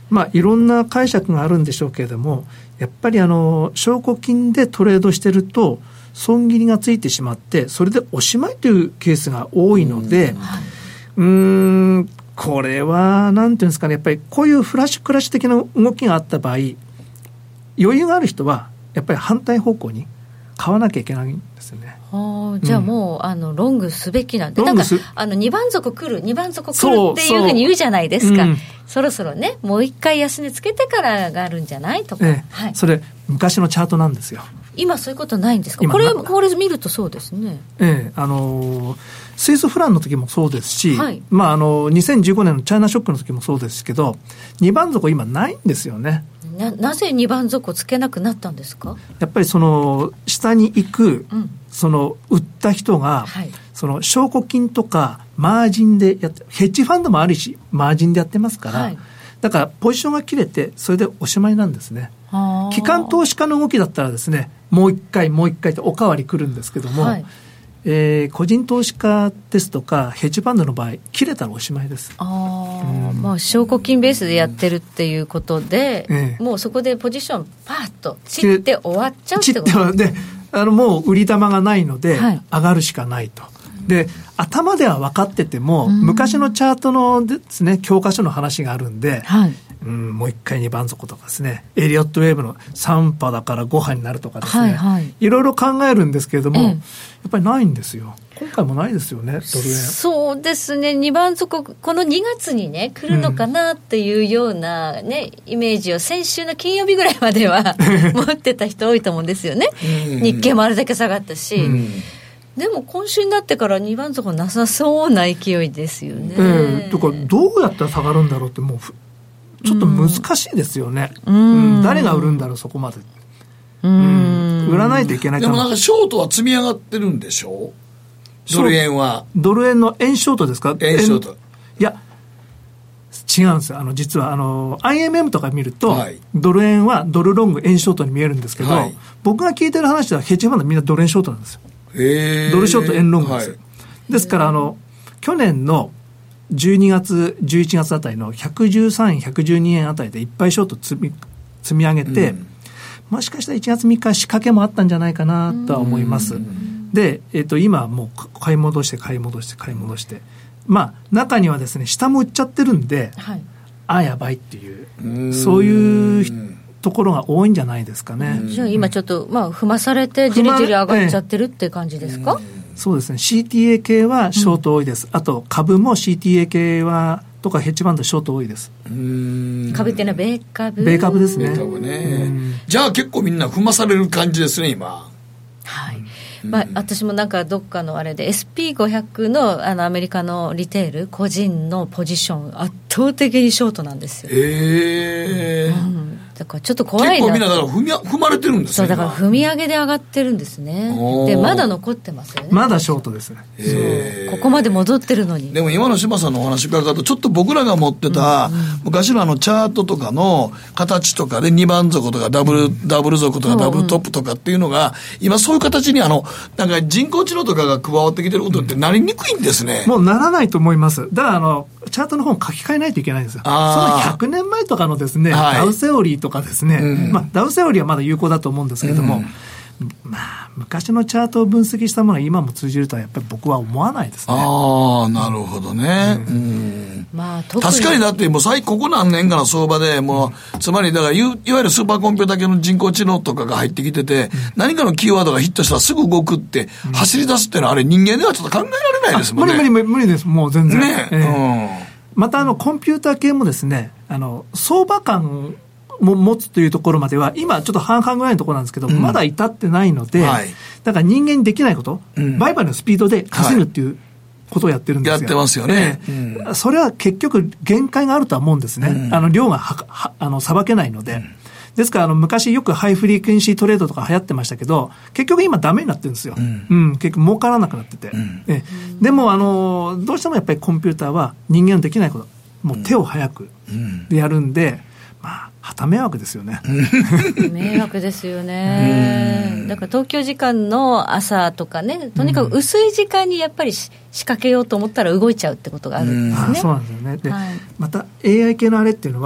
まあ、いろんな解釈があるんでしょうけれども、やっぱりあの証拠金でトレードしてると損切りがついてしまってそれでおしまいというケースが多いので、うーんこれはなんていうんですかね、やっぱりこういうフラッシュクラッシュ的な動きがあった場合、余裕がある人はやっぱり反対方向に買わなきゃいけないんですよね。 あじゃあもう、うん、あのロングすべきなんで、なんかあのにばん底来るにばん底来るっていうふうに言うじゃないですか。 そ, う そ, う、うん、そろそろねもう一回安値つけてからがあるんじゃないとか、ええはい、 それ昔のチャートなんですよ。 今そういうことないんですか。これこれ見るとそうですね、 ええあのー、スイスフランの時もそうですし、はいまあ、あのにせんじゅうごねんのチャイナショックの時もそうですけどにばん底今ないんですよね。 な, なぜにばん底つけなくなったんですか。 やっぱりその下に行く、うんその売った人が、はい、その証拠金とかマージンでやってヘッジファンドもあるしマージンでやってますから、はい、だからポジションが切れてそれでおしまいなんですね。機関投資家の動きだったらですねもう一回もう一回とおかわり来るんですけども、はいえー、個人投資家ですとかヘッジファンドの場合切れたらおしまいです。 あ、うんまあ、証拠金ベースでやってるっていうことで、ええ、もうそこでポジションパーッと散って終わっちゃうってことですね。あのもう売り玉がないので、はい、上がるしかないと。で頭では分かってても、うん、昔のチャートのですね教科書の話があるんで、はいうん、もう一回にばん底とかですねエリオットウェーブのさん波だからご波になるとかですね、はいはい、いろいろ考えるんですけれども、ええ、やっぱりないんですよ。今回もないですよねドル円。 そうですねにばん底このにがつにね来るのかなっていうような、ねうん、イメージを先週の金曜日ぐらいまでは持ってた人多いと思うんですよね日経もあれだけ下がったし、うんでも今週になってからにばん底なさそうな勢いですよね。 えー、とかどうやったら下がるんだろうってもうちょっと難しいですよね、うんうん、誰が売るんだろうそこまで、うん、売らないといけない。 でもなんかショートは積み上がってるんでしょドル円は。 ドル円の円ショートですか。 円ショートいや違うんですよ。あの実はあの アイエムエム とか見ると、はい、ドル円はドルロング円ショートに見えるんですけど、はい、僕が聞いてる話ではヘッジファンドみんなドル円ショートなんですよ。へドルショート円ロングです、はい、ですからあの去年のじゅうにがつじゅういちがつあたりのひゃくじゅうさんえんひゃくじゅうにえんあたりでいっぱいショート積み、積み上げて、うん、もしかしたらいちがつみっか仕掛けもあったんじゃないかなとは思います、うん、で、えー、と今はもう買い戻して買い戻して買い戻してまあ中にはですね下も売っちゃってるんで、はい、あやばいっていう、うそういうところが多いんじゃないですかね。 じゃあ今ちょっと、まあ、踏まされてじりじり上がっちゃってるって感じですか。 そうですね シーティーエー 系はショート多いです、うん、あと株も シーティーエー 系はとかヘッジファンドショート多いです。 うーん株っていうのは米株米株ですね。 米株ね。じゃあ結構みんな踏まされる感じですね今。 はい、まあ、私もなんかどっかのあれで エスピーごひゃく の, あのアメリカのリテール個人のポジション圧倒的にショートなんですよ。 へえ、 うん、だからちょっと怖いな。 結構みんなだから踏み踏まれてるんですね。 そうだから踏み上げで上がってるんですね。でまだ残ってますよね。 まだショートですね。 そうここまで戻ってるのに。 でも今の島さんのお話伺うとちょっと僕らが持ってた、うんうん、昔のあのチャートとかの形とかでにばん底とかダブル、うん、ダブル底とかダブルトップとかっていうのが、うん、今そういう形にあのなんか人工知能とかが加わってきてることってなりにくいんですね。 もうならないと思います。だからあのチャートの方を書き換えないといけないんですよ。そのひゃくねんまえとかのですね、はい、ダウセオリーとかですね、うんまあ、ダウセオリーはまだ有効だと思うんですけれども、うん、まあ昔のチャートを分析したものが今も通じるとはやっぱり僕は思わないですね。 ああなるほどね、うんうんまあ、特に確かにだってもう最ここ何年かの相場でもうつまりだからいわゆるスーパーコンピューター系の人工知能とかが入ってきてて、うん、何かのキーワードがヒットしたらすぐ動くって走り出すっていうのはあれ人間ではちょっと考えられないですもんね。 無理無理無理ですもう全然、 ねえーうんまたあのコンピューター系もですねあの相場感も持つというところまでは今ちょっと半々ぐらいのところなんですけど、うん、まだ至ってないので、はい、だから人間にできないこと、うん、売買のスピードで稼ぐっていうことをやってるんですよ、 やってますよね、 えーうん、それは結局限界があるとは思うんですね、うん、あの量がははあのさばけないので、うんですからあの昔よくハイフリークエンシートレードとか流行ってましたけど結局今ダメになってるんですよ、うんうん、結局儲からなくなってて、うんえでもあのどうしてもやっぱりコンピューターは人間のできないこともう手を早くでやるんで、うん、まあ旗迷惑ですよね迷惑ですよね。だから東京時間の朝とかねとにかく薄い時間にやっぱり仕掛けようと思ったら動いちゃうってことがあるんですね、 うん、あそうなんですよね。で、はい、また エーアイ 系のあれっていうのは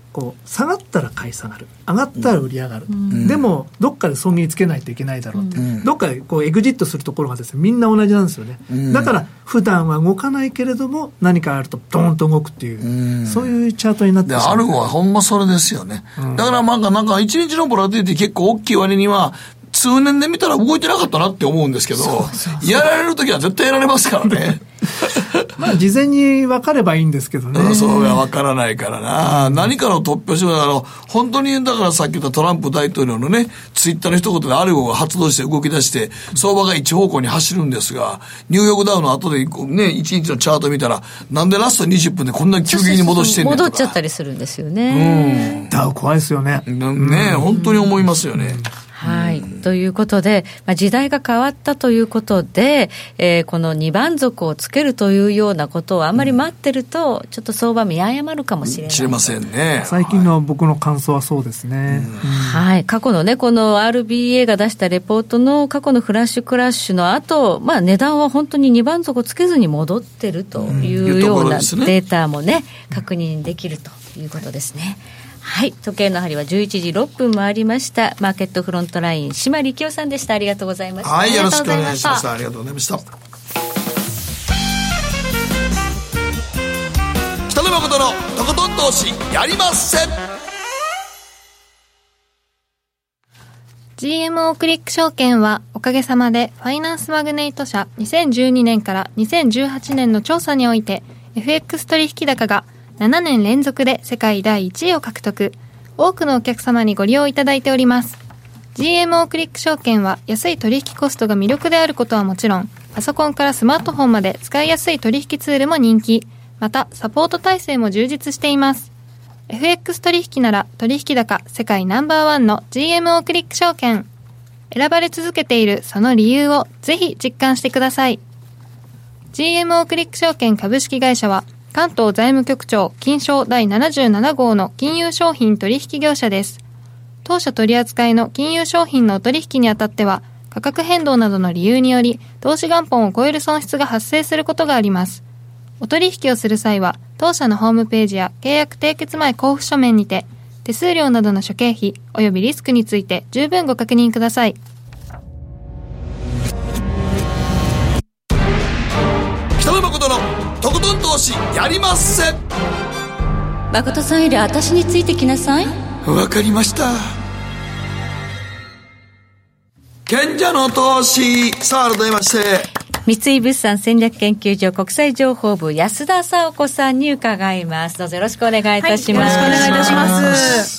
こう下がったら買い下がる、上がったら売り上がる、うん、でもどっかで損切りつけないといけないだろうって、うん、どっかでこうエグジットするところがですねみんな同じなんですよね、うん、だから普段は動かないけれども何かあるとドーンと動くっていう、うん、そういうチャートになってます、ね、 アルゴはほんまそれですよね、うん、だからなんかなんかいちにちのボラティリティ結構大きい割には通年で見たら動いてなかったなって思うんですけど、そうそうそう、やられるときは絶対やられますからねまあ事前に分かればいいんですけどね。 そうは分からないからな、うん、何かの突拍子もない、あの本当にだからさっき言ったトランプ大統領のねツイッターの一言でアルゴが発動して動き出して相場が一方向に走るんですが、ニューヨークダウの後でねいちにちのチャート見たらなんでラストにじゅっぷんでこんなに急激に戻してんねんとか、 戻っちゃったりするんですよね、 うん、ダウ怖いですよね、 ね、うん、本当に思いますよね、うん、 はい、ということで、まあ、時代が変わったということで、えー、この二番底をつけるというようなことをあんまり待ってると、うん、ちょっと相場見誤るかもしれない、 知れませんね。 最近の僕の感想はそうですね、 うんうん、はい、過去のねこの アールビーエー が出したレポートの過去のフラッシュクラッシュの後、まあ値段は本当に二番底つけずに戻ってるというようなデータもね、うん、確認できるということですね。はい、時計の針はじゅういちじろっぷん回りました。マーケットフロントライン島力夫さんでした。ありがとうございました。 はい、よろしくお願いしました。ありがとうございました。北野誠のとことん投資やりません。 ジーエムオー クリック証券はおかげさまでファイナンスマグネイト社にせんじゅうにねんからにせんじゅうはちねんの調査において エフエックス 取引高がななねん連続で世界だいいちいを獲得。多くのお客様にご利用いただいております。 ジーエムオー クリック証券は安い取引コストが魅力であることはもちろん、パソコンからスマートフォンまで使いやすい取引ツールも人気、またサポート体制も充実しています。 エフエックス 取引なら取引高世界ナンバーワンの ジーエムオー クリック証券、選ばれ続けているその理由をぜひ実感してください。 ジーエムオー クリック証券株式会社は関東財務局長金商だいななじゅうなな号の金融商品取引業者です。当社取扱いの金融商品のお取引にあたっては価格変動などの理由により投資元本を超える損失が発生することがあります。お取引をする際は当社のホームページや契約締結前交付書面にて手数料などの諸経費およびリスクについて十分ご確認ください。 北野誠のとことん投資やりません。 誠さんより私についてきなさい。 わかりました。賢者の投資、さあ改めまして三井物産戦略研究所国際情報部安田沙子さんに伺います。どうぞよろしくお願いいたします、 はい、よろしくお願いいたします。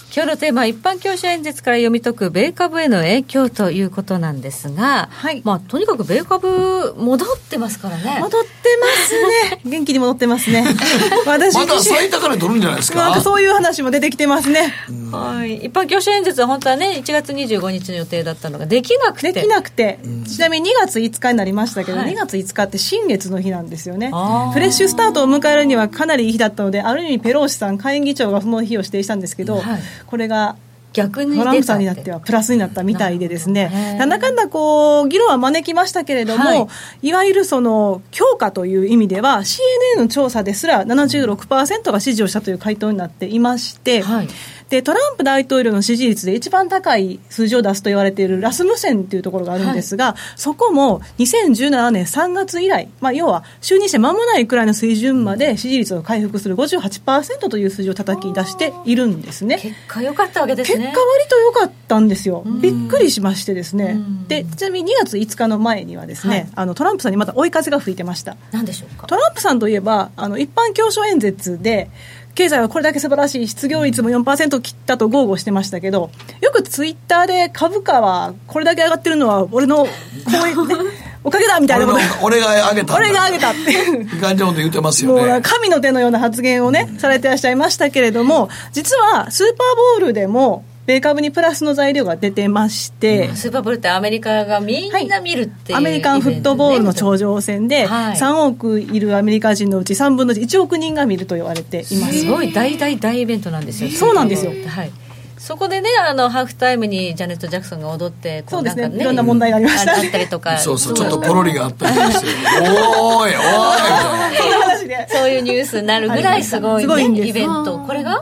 今日のテーマは一般教師演説から読み解く米株への影響ということなんですが、はい、まあ、とにかく米株戻ってますからね。 戻ってますね元気に戻ってますね私まだ最高値取るんじゃないですか。 なんかそういう話も出てきてますね。 はい、一般教師演説は本当はねいちがつにじゅうごにちの予定だったのができなくてできなくて、ちなみににがついつかになりましたけど、はい、にがついつかって新月の日なんですよね。フレッシュスタートを迎えるにはかなりいい日だったので、ある意味ペローシさん下院議長がその日を指定したんですけど、はい、これが逆にトランプさんになってはプラスになったみたいでですね、なんだかんだこう議論は招きましたけれども、はい、いわゆるその強化という意味では シーエヌエヌ の調査ですら ななじゅうろくパーセント が支持をしたという回答になっていまして、はい、でトランプ大統領の支持率で一番高い数字を出すと言われているラスムセンというところがあるんですが、はい、そこもにせんじゅうななねんさんがつ以来、まあ、要は就任して間もないくらいの水準まで支持率を回復する ごじゅうはちパーセント という数字を叩き出しているんですね。 結果良かったわけですね。 結果割と良かったんですよ。びっくりしましてですね。でちなみににがついつかの前にはですね、はい、あのトランプさんにまた追い風が吹いてました。 何でしょうか。 トランプさんといえばあの一般教書演説で経済はこれだけ素晴らしい、失業率も よんパーセント 切ったと豪語してましたけど、よくツイッターで株価はこれだけ上がってるのは俺のこういう、ね、おかげだみたいなこと俺が上げた俺が上げたっていう感じのこと言ってますよね。 もう神の手のような発言をね、うん、されてらっしゃいましたけれども、実はスーパーボウルでも米株にプラスの材料が出てまして、 うん、スーパーボウルってアメリカがみんな見るっていう、はい、 アメリカンフットボールの頂上戦で、はい、さんおくいるアメリカ人のうちさんぶんのいち、いちおくにんが見ると言われています。 すごい大大大イベントなんですよ。 そうなんですよ、 はい、そこでね、あのハーフタイムにジャネット・ジャクソンが踊って、 そうです ね, ねいろんな問題がありました、 あったりとかそうそう、ちょっとポロリがあったりですよおーいおーいそういうニュースになるぐらいすごい、ね、いイベント。これが、はい、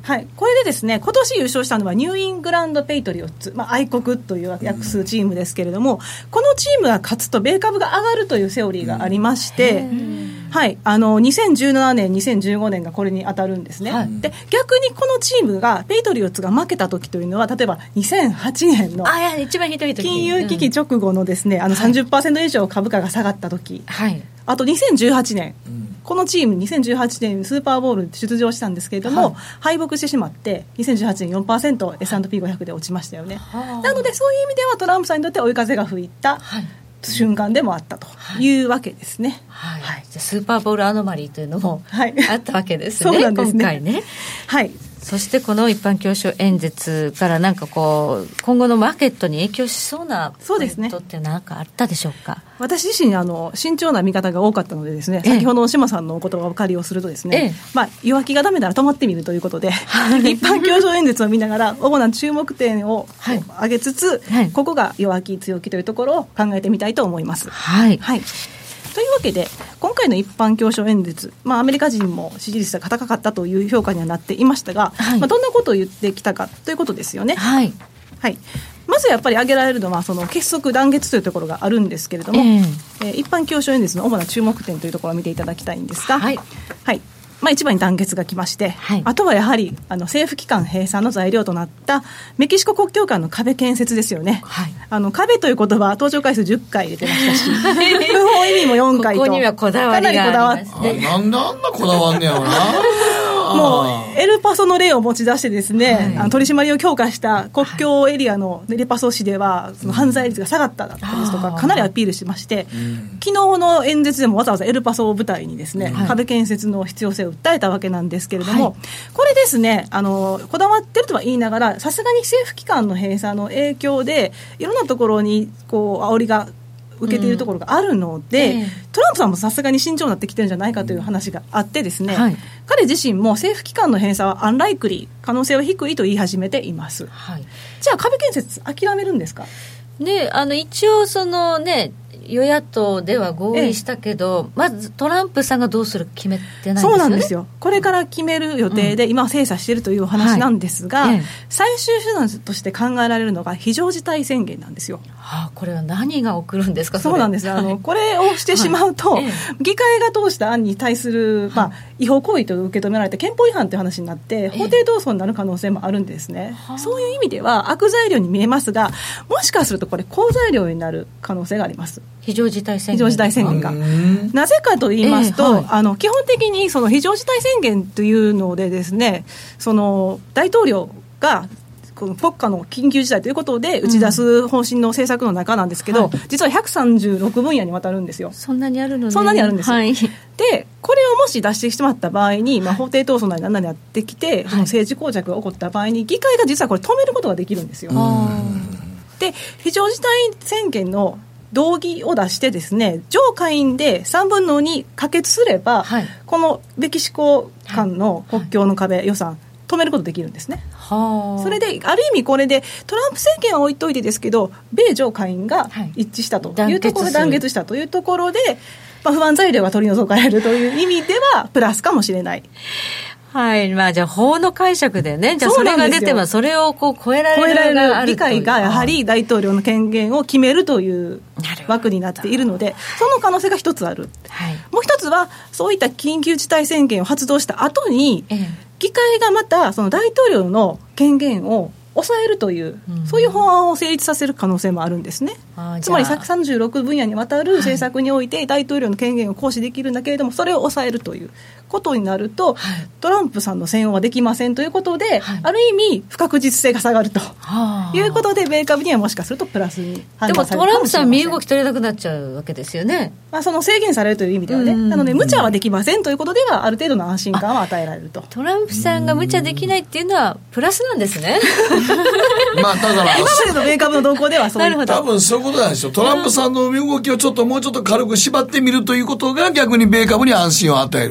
はい、これでですね、今年優勝したのはニューイングランドペイトリオッツ、まあ、愛国という訳すチームですけれども、うん、このチームが勝つと米株が上がるというセオリーがありまして、うん、はい、あのにせんじゅうななねんにせんじゅうごねんがこれに当たるんですね、はい、で逆にこのチームがペイトリオッツが負けた時というのは、例えばにせんはちねんの金融危機直後のですね、あの さんじゅっパーセント 以上株価が下がった時、はい、あとにせんじゅうはちねん、うん、このチームにせんじゅうはちねんスーパーボウル出場したんですけれども、はい、敗北してしまってにせんじゅうはちねん よんパーセント エスアンドピーごひゃく で落ちましたよね、はい、なのでそういう意味ではトランプさんにとって追い風が吹いた瞬間でもあったというわけですね、 はいはいはい、じゃあスーパーボウルアノマリーというのもあったわけですね、 そうなんですね、 今回ね、 はい。 そしてこの一般教書演説からなんかこう今後のマーケットに影響しそうなポイントって何かあったでしょうか。 私自身あの慎重な見方が多かったのでですね、ええ、先ほどの島さんのお言葉を借りをするとですね、ええ、まあ、弱気がダメなら止まってみるということで、はい、一般教書演説を見ながら主な注目点を上げつつ、はい、ここが弱気強気というところを考えてみたいと思います。 はい、 はい、というわけで今回の一般教書演説、まあ、アメリカ人も支持率が高かったという評価にはなっていましたが、はい、まあ、どんなことを言ってきたかということですよね。 はい、 はい、まずやっぱり挙げられるのはその結束団結というところがあるんですけれども、えーえー、一般教書演説の主な注目点というところを見ていただきたいんですが、はい、はい、まあ、一番に団結が来まして、はい、あとはやはりあの政府機関閉鎖の材料となったメキシコ国境間の壁建設ですよね、はい、あの壁という言葉は登場回数じゅっかい出てましたし不法移民もよんかいとここにはこだわりがありますね。 なんであんなこだわんねやろなもうエルパソの例を持ち出してですね、はい、あの取り締まりを強化した国境エリアのエルパソ市ではその犯罪率が下がったですとかかなりアピールしまして、うん、昨日の演説でもわざわざエルパソを舞台にですね、はい、壁建設の必要性を訴えたわけなんですけれども、はい、これですね、あのこだわってるとは言いながらさすがに政府機関の閉鎖の影響でいろんなところにこう煽りが受けているところがあるので、うん、えー、トランプさんもさすがに慎重になってきてるんじゃないかという話があってですね、はい、彼自身も政府機関の閉鎖はアンライクリー、可能性は低いと言い始めています、はい、じゃあ壁建設諦めるんですか。 で、あの一応そのね与野党では合意したけど、ええ、まずトランプさんがどうするか決めてないんですよね。 そうなんですよ。これから決める予定で、うん、今精査しているというお話なんですが、はい、ええ、最終手段として考えられるのが非常事態宣言なんですよ。 はあ、これは何が起こるんですか。 そうなんです。あのこれをしてしまうと、はい、議会が通した案に対する、まあ、違法行為と受け止められて憲法違反という話になって法廷闘争になる可能性もあるんですね、ええ、そういう意味では悪材料に見えますが、もしかするとこれ好材料になる可能性があります。 非常事態宣言。 非常事態宣言がなぜかと言いますと、えーはい、あの基本的にその非常事態宣言というのでですね、その大統領がこの国家の緊急事態ということで打ち出す方針の政策の中なんですけど、うん、はい、実はひゃくさんじゅうろくぶん野にわたるんですよ。 そんなにあるのね。 そんなにあるんですよ、はい、でこれをもし出してしまった場合に、まあ、法廷闘争なり何なりやってきて、はい、その政治膠着が起こった場合に議会が実はこれ止めることができるんですよ。で非常事態宣言の動議を出してですね、上下院でさんぶんのに可決すれば、はい、このメキシコ間の国境の壁予算止めることできるんですね、はい、それである意味これでトランプ政権は置いといてですけど米上下院が一致したというところで、団結したというところで、まあ、不安材料が取り除かれるという意味ではプラスかもしれない。 はい、まあ、じゃあ法の解釈でね、じゃあそれが出てもそれをこう超えられる超えられる議会がやはり大統領の権限を決めるという枠になっているので、その可能性が一つある、はい、もう一つはそういった緊急事態宣言を発動した後に、ええ、議会がまたその大統領の権限を抑えるという、うん、そういう法案を成立させる可能性もあるんですね。つまりひゃくさんじゅうろくぶん野にわたる政策において大統領の権限を行使できるんだけれども、それを抑えるということになると、はい、トランプさんの選応はできませんということで、はい、ある意味不確実性が下がるということで、米株にはもしかするとプラスに判断されるかもしれません。でもトランプさん身動き取れなくなっちゃうわけですよね。 まあ、その制限されるという意味ではね、なので無茶はできませんということではある程度の安心感は与えられると。 トランプさんが無茶できないっていうのはプラスなんですねまあ、だから今までの米株の動向ではそういう多分そういうことなんですよ。トランプさんの動きをちょっともうちょっと軽く縛ってみるということが逆に米株に安心を与えると。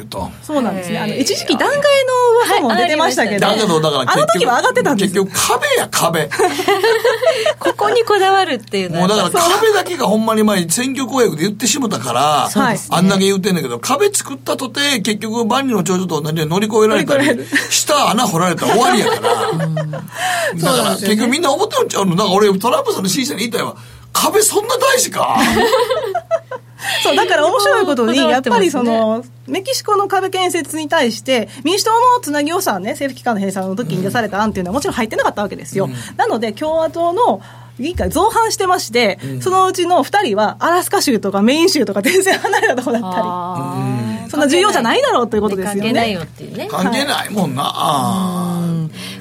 そうなんですね。あの一時期弾劾の噂も出てましたけど、 だけどだからあの時は上がってたんです結局壁や壁ここにこだわるっていうのはもうだから壁だけがほんまに前選挙公約で言ってしもたから、ね、あんだけ言ってんだけど、壁作ったとて結局万里の長城と同じように乗り越えられたり下穴掘られたら終わりやからうん、だから結局みんな思ってるんちゃうの。だから俺トランプさんの支持者に言いたいわ、壁そんな大事かそうだから面白いことにやっぱりそのメキシコの壁建設に対して民主党のつなぎ予算ね、政府機関の閉鎖の時に出された案っていうのはもちろん入ってなかったわけですよ、うん、なので共和党の議会造反してまして、うん、そのうちのふたりはアラスカ州とかメイン州とか全然離れたところだったり、そんな重要じゃないだろうということですよね。 関係ないよっていうね。 関係ないもんな、はい、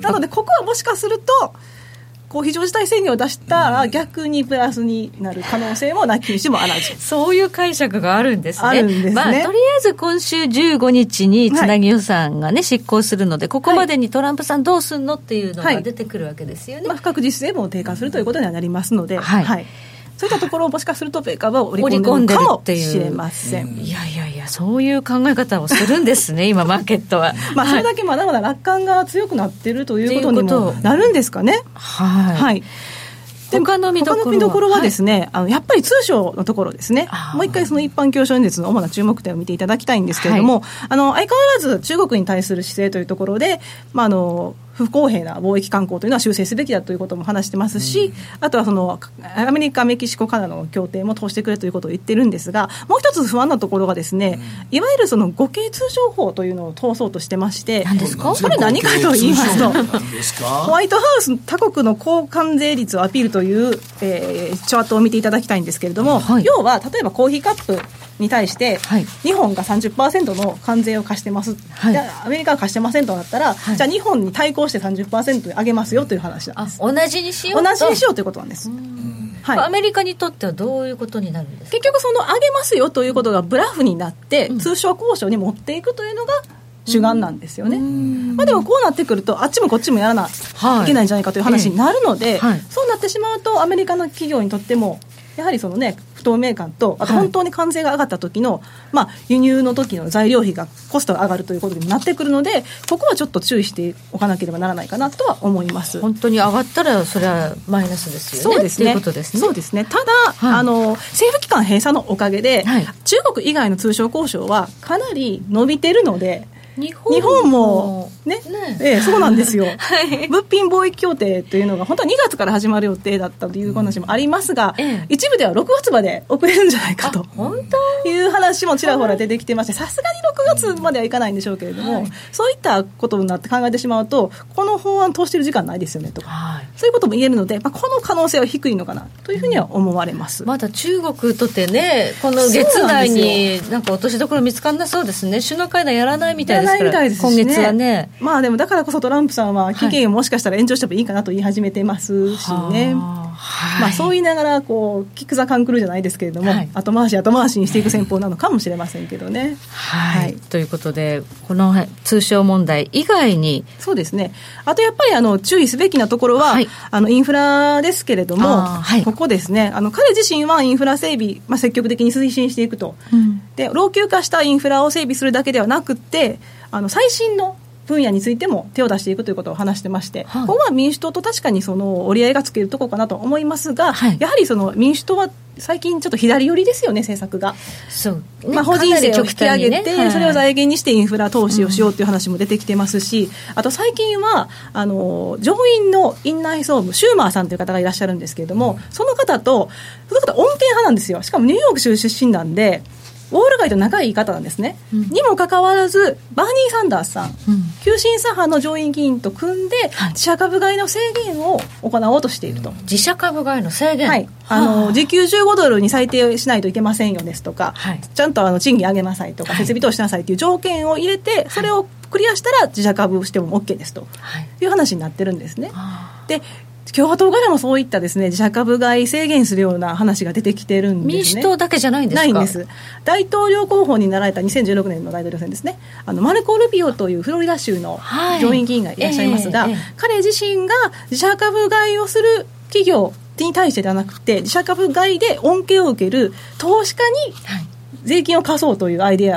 なのでここはもしかするとこう非常事態宣言を出したら逆にプラスになる可能性もなきにしもあらず。 そういう解釈があるんですね。 あるんですね。 まあ、とりあえず今週じゅうごにちにつなぎ予算がね、はい、執行するので、ここまでにトランプさんどうすんのっていうのが出てくるわけですよね。 はい、まあ、不確実性も低下するということにはなりますので、はいはい、そういったところをもしかすると米株は織り込んでるかもしれません。 いやいやいや、そういう考え方をするんですね今マーケットは。 まあそれだけまだまだ楽観が強くなってるということにもなるんですかね。 はい、はい、他の見どころは、 他の見どころはですね、はい、あのやっぱり通商のところですね。もう一回その一般教書演説の主な注目点を見ていただきたいんですけれども、はい、あの相変わらず中国に対する姿勢というところで、まあ、あの不公平な貿易慣行というのは修正すべきだということも話してますし、うん、あとはそのアメリカ、メキシコ、カナダの協定も通してくれということを言ってるんですが、もう一つ不安なところがですね、うん、いわゆるその互恵通商法というのを通そうとしてまして、 何ですか？ これ何かと言いますとホワイトハウス他国の高関税率をアピールという、えー、チャートを見ていただきたいんですけれども、はい、要は例えばコーヒーカップに対して、はい、日本が さんじゅっパーセント の関税を課してます、はい、じゃあアメリカが課してませんとなったら、はい、じゃあ日本に対抗して さんじゅっパーセント 上げますよという話なんです。 あ、同じにしようと同じにしようということなんです。 はい、アメリカにとってはどういうことになるんですか？ 結局その上げますよということがブラフになって、うん、通商交渉に持っていくというのが主眼なんですよね。まあ、でもこうなってくるとあっちもこっちもやらないけないんじゃないかという話になるので、はい、そうなってしまうとアメリカの企業にとってもやはりそのね不透明感と、あと本当に関税が上がった時の、はい、まあ、輸入の時の材料費がコストが上がるということになってくるので、ここはちょっと注意しておかなければならないかなとは思います。 本当に上がったらそれはマイナスですよね。 そうですね。 ということですね。 そうですね。ただ、はい、あの政府機関閉鎖のおかげで、はい、中国以外の通商交渉はかなり伸びてるので、 日本 も, 日本もね、ね、ええ、そうなんですよ、はい、物品貿易協定というのが本当はにがつから始まる予定だったという話もありますが、うん、ええ、一部ではろくがつまで遅れるんじゃないかという話もちらほら出てきてまして、さすがにろくがつまではいかないんでしょうけれども、はい、そういったことになって考えてしまうと、この法案通してる時間ないですよねとか、はい、そういうことも言えるので、まあ、この可能性は低いのかなというふうには思われます。 まだ中国とってね、この月内になんか落としどころ見つからなそうですね。首脳会談やらないみたいですから、今月はね。 まあでもだからこそトランプさんは期限をもしかしたら延長してもいいかなと言い始めてますしね、はい、まあ、そう言いながらこうキックザカンクルじゃないですけれども、はい、後回し後回しにしていく戦法なのかもしれませんけどね、 はいはい、ということでこの通商問題以外にそうですね、あとやっぱりあの注意すべきなところは、はい、あのインフラですけれども、はい、ここですね、あの彼自身はインフラ整備、まあ、積極的に推進していくと、うん、で老朽化したインフラを整備するだけではなくて、あの最新の分野についても手を出していくということを話してまして、はい、ここは民主党と確かにその折り合いがつけるところかなと思いますが、はい、やはりその民主党は最近ちょっと左寄りですよね、政策が。 そう、ね、 まあ、法人税を引き上げて、ね、はい、それを財源にしてインフラ投資をしようという話も出てきてますし、うん、あと最近はあの上院の院内総務シューマーさんという方がいらっしゃるんですけれども、その方とその方穏健派なんですよ。しかもニューヨーク州出身なんでウォール街と仲いい方なんですね、うん、にもかかわらずバーニー・サンダースさん、うん、急進左派の上院議員と組んで、はい、自社株買いの制限を行おうとしていると。 自社株買いの制限、 はい、あの時給じゅうごドルに最低しないといけませんよですとか、はい、ちゃんとあの賃金上げなさいとか、はい、設備投資しなさいという条件を入れて、それをクリアしたら自社株しても OK ですという話になってるんですね、はい、で共和党からもそういったですね、自社株買い制限するような話が出てきてるんですね。 民主党だけじゃないんですか？ ないんです。大統領候補になられたにせんじゅうろくねんの大統領選ですね、あのマルコ・ルビオというフロリダ州の上院議員がいらっしゃいますが、はい、えーえー、彼自身が自社株買いをする企業に対してではなくて、自社株買いで恩恵を受ける投資家に税金を課そうというアイデアを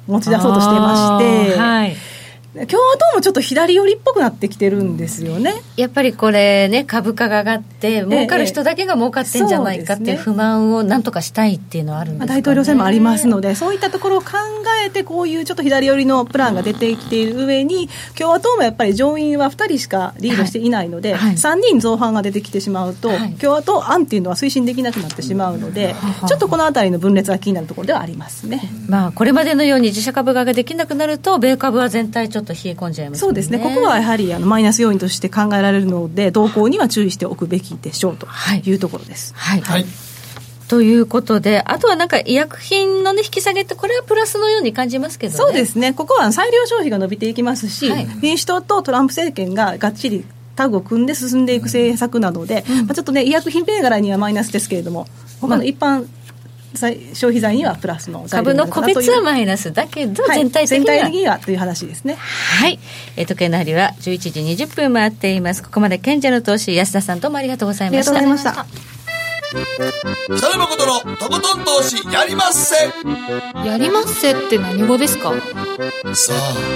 持ち出そうとしていまして、 はい、 共和党もちょっと左寄りっぽくなってきてるんですよね。 やっぱりこれね、株価が上がって儲かる人だけが儲かってんじゃないかっていう不満をなんとかしたいっていうのはあるんですかね。 まあ、大統領選もありますので、そういったところを考えてこういうちょっと左寄りのプランが出てきている上に、共和党もやっぱり上院はふたりしかリードしていないので、はいはい、さんにん造反が出てきてしまうと、はい、共和党案っていうのは推進できなくなってしまうので、はい、ちょっとこのあたりの分裂が気になるところではありますね。 まあ、これまでのように自社株買いができなくなると米株は全体ちょっと冷え込んじゃいますね。 そうですね、ここはやはりあのマイナス要因として考えられるので、動向には注意しておくべきでしょうというところです。 はい、はいはい、ということで、あとはなんか医薬品の、ね、引き下げって、これはプラスのように感じますけどね。 そうですね、ここは裁量消費が伸びていきますし、はい、民主党とトランプ政権ががっちりタッグを組んで進んでいく政策なので、うん、まあ、ちょっとね、医薬品銘柄にはマイナスですけれども、他の一般消費財にはプラスの株の個別はマイナスだけど、全体的には、 はい、全体的にはという話ですね。 はい、えー、時計の針はじゅういちじにじゅっぷん回っています。ここまで賢者の投資安田さん、どうもありがとうございました。 ありがとうございました。北野誠のとことん投資やりまっせ。 やりまっせって何語ですか？ さ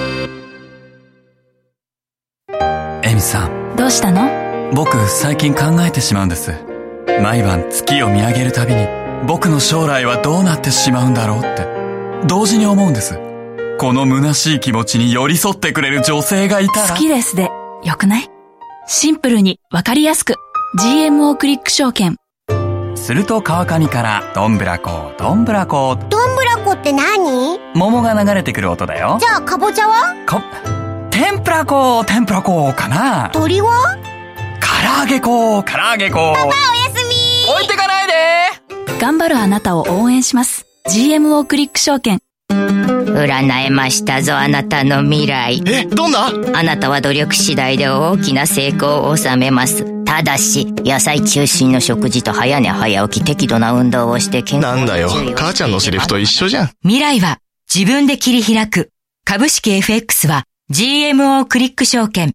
あ、エミさん、 どうしたの？ 僕最近考えてしまうんです。毎晩月を見上げるたびに、僕の将来はどうなってしまうんだろうって同時に思うんです。この虚しい気持ちに寄り添ってくれる女性がいたら。 好きですでよくない？シンプルにわかりやすく ジーエムオー クリック証券。 すると川上からどんぶらこどんぶらこ。 どんぶらこって何？ 桃が流れてくる音だよ。 じゃあかぼちゃは？ こ天ぷらこ天ぷらこかな。 鳥は？ 唐揚げこ唐揚げこ。 パパおやすみ。 置いてかないで。 頑張るあなたを応援します。 ジーエムオー クリック証券。 占えましたぞ、あなたの未来。 え、どんな？ あなたは努力次第で大きな成功を収めます。ただし野菜中心の食事と早寝早起き、適度な運動をして健康。 なんだよ、母ちゃんのセリフと一緒じゃん。 未来は自分で切り開く。株式 エフエックス は ジーエムオー クリック証券。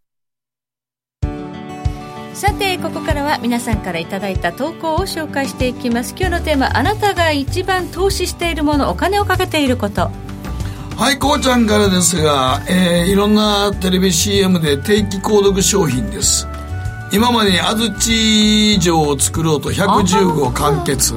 さて、ここからは皆さんからいただいた投稿を紹介していきます。今日のテーマ、あなたが一番投資しているもの、お金をかけていること。 はい、こうちゃんからですが、えー、いろんなテレビ シーエム で定期購読商品です。今までに安土城を作ろうとひゃくじゅうごう完結、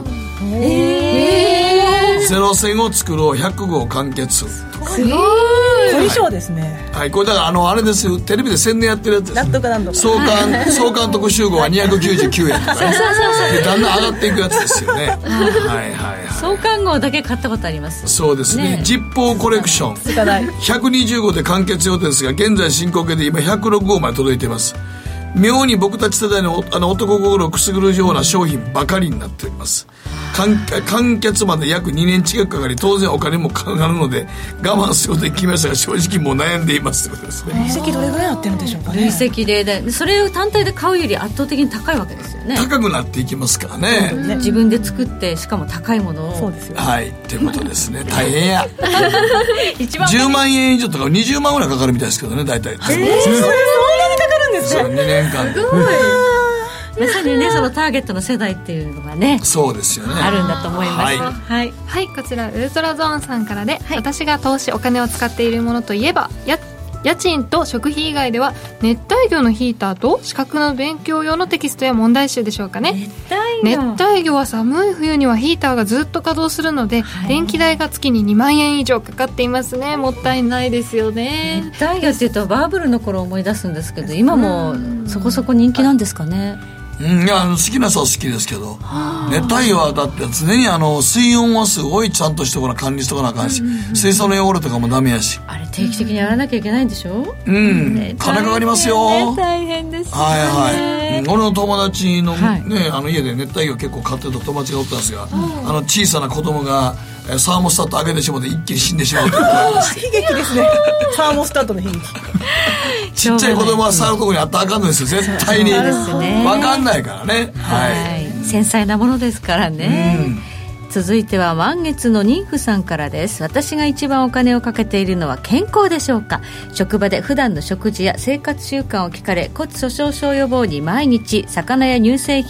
えー、ゼロ戦を作ろうひゃくごう完結。 すごい凝り性ですね。 はい、これだからあのあれですよ、テレビで宣伝やってるやつです、ね、 なんとかなんとか総監総監督集合はにひゃくきゅうじゅうきゅうえんとか、ね、でだんだん上がっていくやつですよね。はいはいはい、 創刊号だけ買ったことあります。 そうですね、ね、実報コレクションひゃくにじゅうごうで完結予定ですが、現在進行形で今ひゃくろくごうまで届いています。妙に僕たち世代のあの男心をくすぐるような商品ばかりになっております。完結まで約にねん近くかかり、当然お金もかかるので我慢することに決めましたが、正直もう悩んでいますということですね。 累積どれぐらいなってるんでしょうかね。 累積で、でそれを単体で買うより圧倒的に高いわけですよね。 高くなっていきますから ね, ね自分で作ってしかも高いものを。 そうですよ、 はいということですね。大変やじゅうまんえん以上とかにじゅうまんぐらいかかるみたいですけどね、大体。えー、それそんなにかかるんですか。そうにねんかんすごいまさにね、そのターゲットの世代っていうのがね、 そうですよね、 あるんだと思います。 はい、はいはい、こちらウルトラゾーンさんからで、はい、私が投資お金を使っているものといえば、や家賃と食費以外では熱帯魚のヒーターと資格の勉強用のテキストや問題集でしょうかね。 熱帯魚熱帯魚は寒い冬にはヒーターがずっと稼働するので、はい、電気代が月ににまんえん以上かかっていますね。もったいないですよね。 熱帯魚っていうとバブルの頃を思い出すんですけど、今もそこそこ人気なんですかね。 うん、いや好きな人は好きですけど、熱帯魚はだって常にあの水温はすごいちゃんとしておかな管理しとかなあかんし、うんうんうん、水槽の汚れとかもダメやし、 あれ定期的にやらなきゃいけないんでしょ。 うん、ね、金かかりますよ、 ね、大変ですね。 はいはい、うん、俺の友達の、はい、ね、あの家で熱帯魚結構飼ってた友達がおったんですが、うん、あの小さな子供がサーモスタット上げてしまって一気に死んでしまうという悲劇ですね。サーモスタットの悲劇。 ちっちゃい子供は触るところにあったらあかんのですよ、絶対に。分かんないからね、はい、 はい、繊細なものですからね、うん。続いては満月の妊婦さんからです。私が一番お金をかけているのは健康でしょうか。職場で普段の食事や生活習慣を聞かれ、骨粗しょう症予防に毎日魚や乳製品、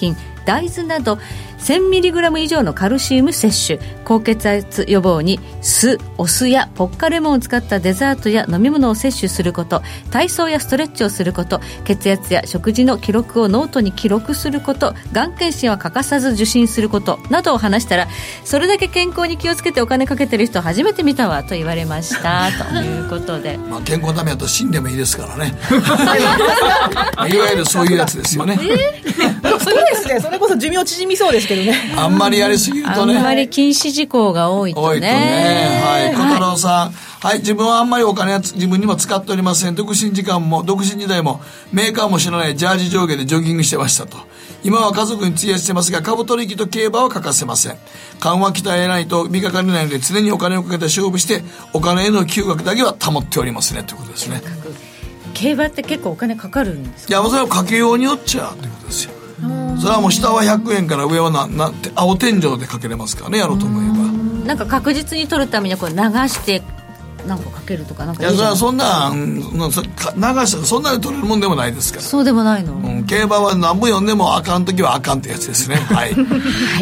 大豆など せんミリグラム 以上のカルシウム摂取、高血圧予防に酢、お酢やポッカレモンを使ったデザートや飲み物を摂取すること、体操やストレッチをすること、血圧や食事の記録をノートに記録すること、がん検診は欠かさず受診することなどを話したら、それだけ健康に気をつけてお金かけてる人初めて見たわと言われましたということでまあ、健康のためだと死んでもいいですからねいわゆるそういうやつですよね、 えー、ストレスでそれこそ寿命縮みそうですけどねあんまりやりすぎるとね、 あんまり禁止事項が多いとね、 多いとね、はい、小太郎さん、はい、自分はあんまりお金は自分にも使っておりません。独身時間も独身時代もメーカーも知らないジャージ上下でジョギングしてましたと。今は家族に費やしてますが、株取引と競馬は欠かせません。緩和鍛えないと見かかれないので、常にお金をかけて勝負してお金への嗅覚だけは保っておりますねということですね。 競馬って結構お金かかるんですか？ いや、それはかけようによっちゃということですよ。それはもう下はひゃくえんから上はななんて青天井でかけれますからね、やろうと思えば。 なんか確実に取るためにはこう流して何個かけるとかなんかいいじゃん。 いや、そんな、うん、流したそんなに取れるもんでもないですから。 そうでもないの、うん、 競馬は何本読んでもあかんときはあかんってやつですね。はい、はい、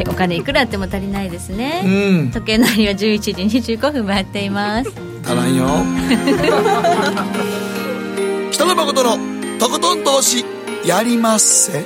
お金いくらあっても足りないですね、 うん、 時計の針はじゅういちじにじゅうごふん回っています。 足らんよ北野誠のとことん投資やりまっせ。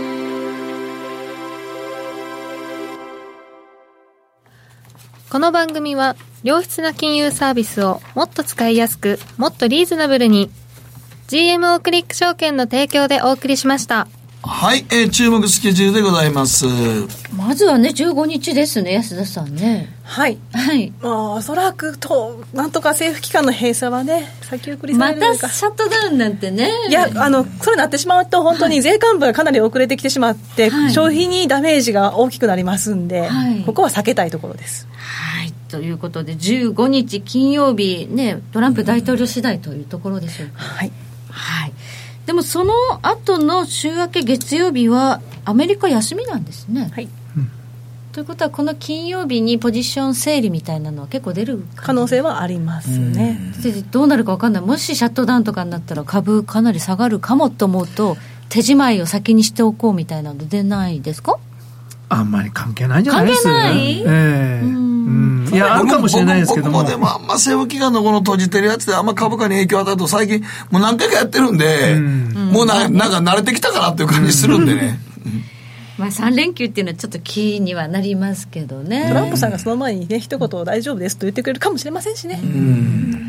この番組は良質な金融サービスをもっと使いやすく、もっとリーズナブルに ジーエムオー クリック証券の提供でお送りしました。 はい、えー、注目スケジュールでございます。 まずはねじゅうごにちですね、安田さんね。 はい、はい、まあ、おそらくとなんとか政府機関の閉鎖はね先送りされるのか。 またシャットダウンなんてね。 いや、あのそれになってしまうと本当に税関部がかなり遅れてきてしまって、はい、消費にダメージが大きくなりますんで、はい、ここは避けたいところです。 はい、ということでじゅうごにち金曜日ね、トランプ大統領次第というところでしょうか。 はい、 はい、でもその後の週明け月曜日はアメリカ休みなんですね。 はい、 ということはこの金曜日にポジション整理みたいなのは結構出る可能性はありますね。 どうなるか分かんない。もしシャットダウンとかになったら株かなり下がるかもと思うと、手仕舞いを先にしておこうみたいなの出ないですか？ あんまり関係ないんじゃないですか。 関係ない、 えー、うん、いや、あるかもしれないですけども、 僕もでもあんま政府機関のこの閉じてるやつであんま株価に影響を与えると、最近もう何回かやってるんで、うん、もう な, なんか慣れてきたかなっていう感じするんでね、うん、 まあ、さん連休っていうのはちょっと気にはなりますけどね。 トランプさんがその前にね一言大丈夫ですと言ってくれるかもしれませんしね。 うん、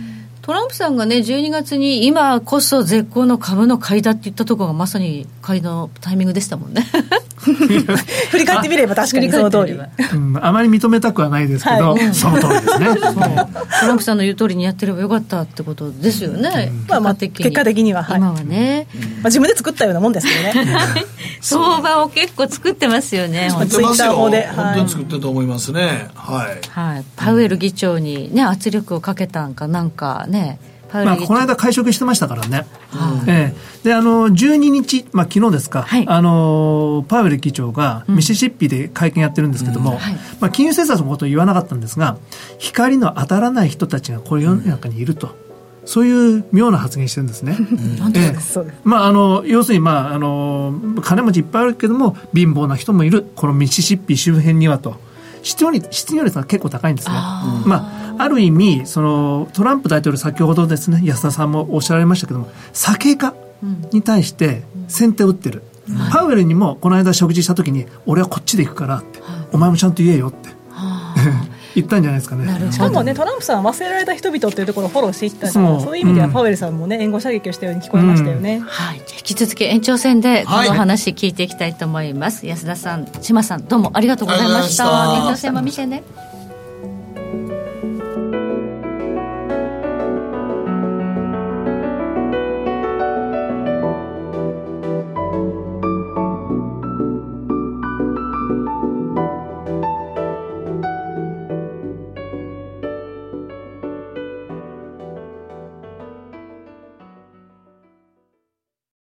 トランプさんがねじゅうにがつに今こそ絶好の株の買いだって言ったところがまさに買いのタイミングでしたもんね振り返ってみれば確かにその通り、 うん、あまり認めたくはないですけど、はい、その通りですねトランプさんの言う通りにやってればよかったってことですよね、 うん、まあ、まあ結果的には、はい、 今はね、 うん、まあ、自分で作ったようなもんですけどね相場を結構作ってますよね。 作ってますよ、本当に作ってると思いますね。はい、 はい、パウエル議長に、ね、圧力をかけたんかなんかね、 まあ、この間会食してましたからね、うん、えー、であのじゅうににち、まあ、昨日ですか、はい、あのパウエル議長がミシシッピで会見やってるんですけども、うん、はい、まあ、金融政策のことを言わなかったんですが、光の当たらない人たちがこの世の中にいると、そういう妙な発言してるんですね、うん、えーまあ、あの要するに、まあ、あの金持ちいっぱいあるけども貧乏な人もいるこのミシシッピ周辺にはと、失業率、失業率が結構高いんですね。あ、まあある意味そのトランプ大統領、先ほどですね安田さんもおっしゃられましたけども、左傾化に対して先手を打ってる、うん、パウエルにもこの間食事した時に、俺はこっちで行くからって、お前もちゃんと言えよって言ったんじゃないですかね。 しかもね、トランプさんは忘れられた人々っていうところをフォローしていったから、そういう意味ではパウエルさんもね、援護射撃をしたように聞こえましたよね、うん、 はい、引き続き延長戦でこの話聞いていきたいと思います、はい、安田さん、島さん、どうもありがとうございました。延長戦も見てね。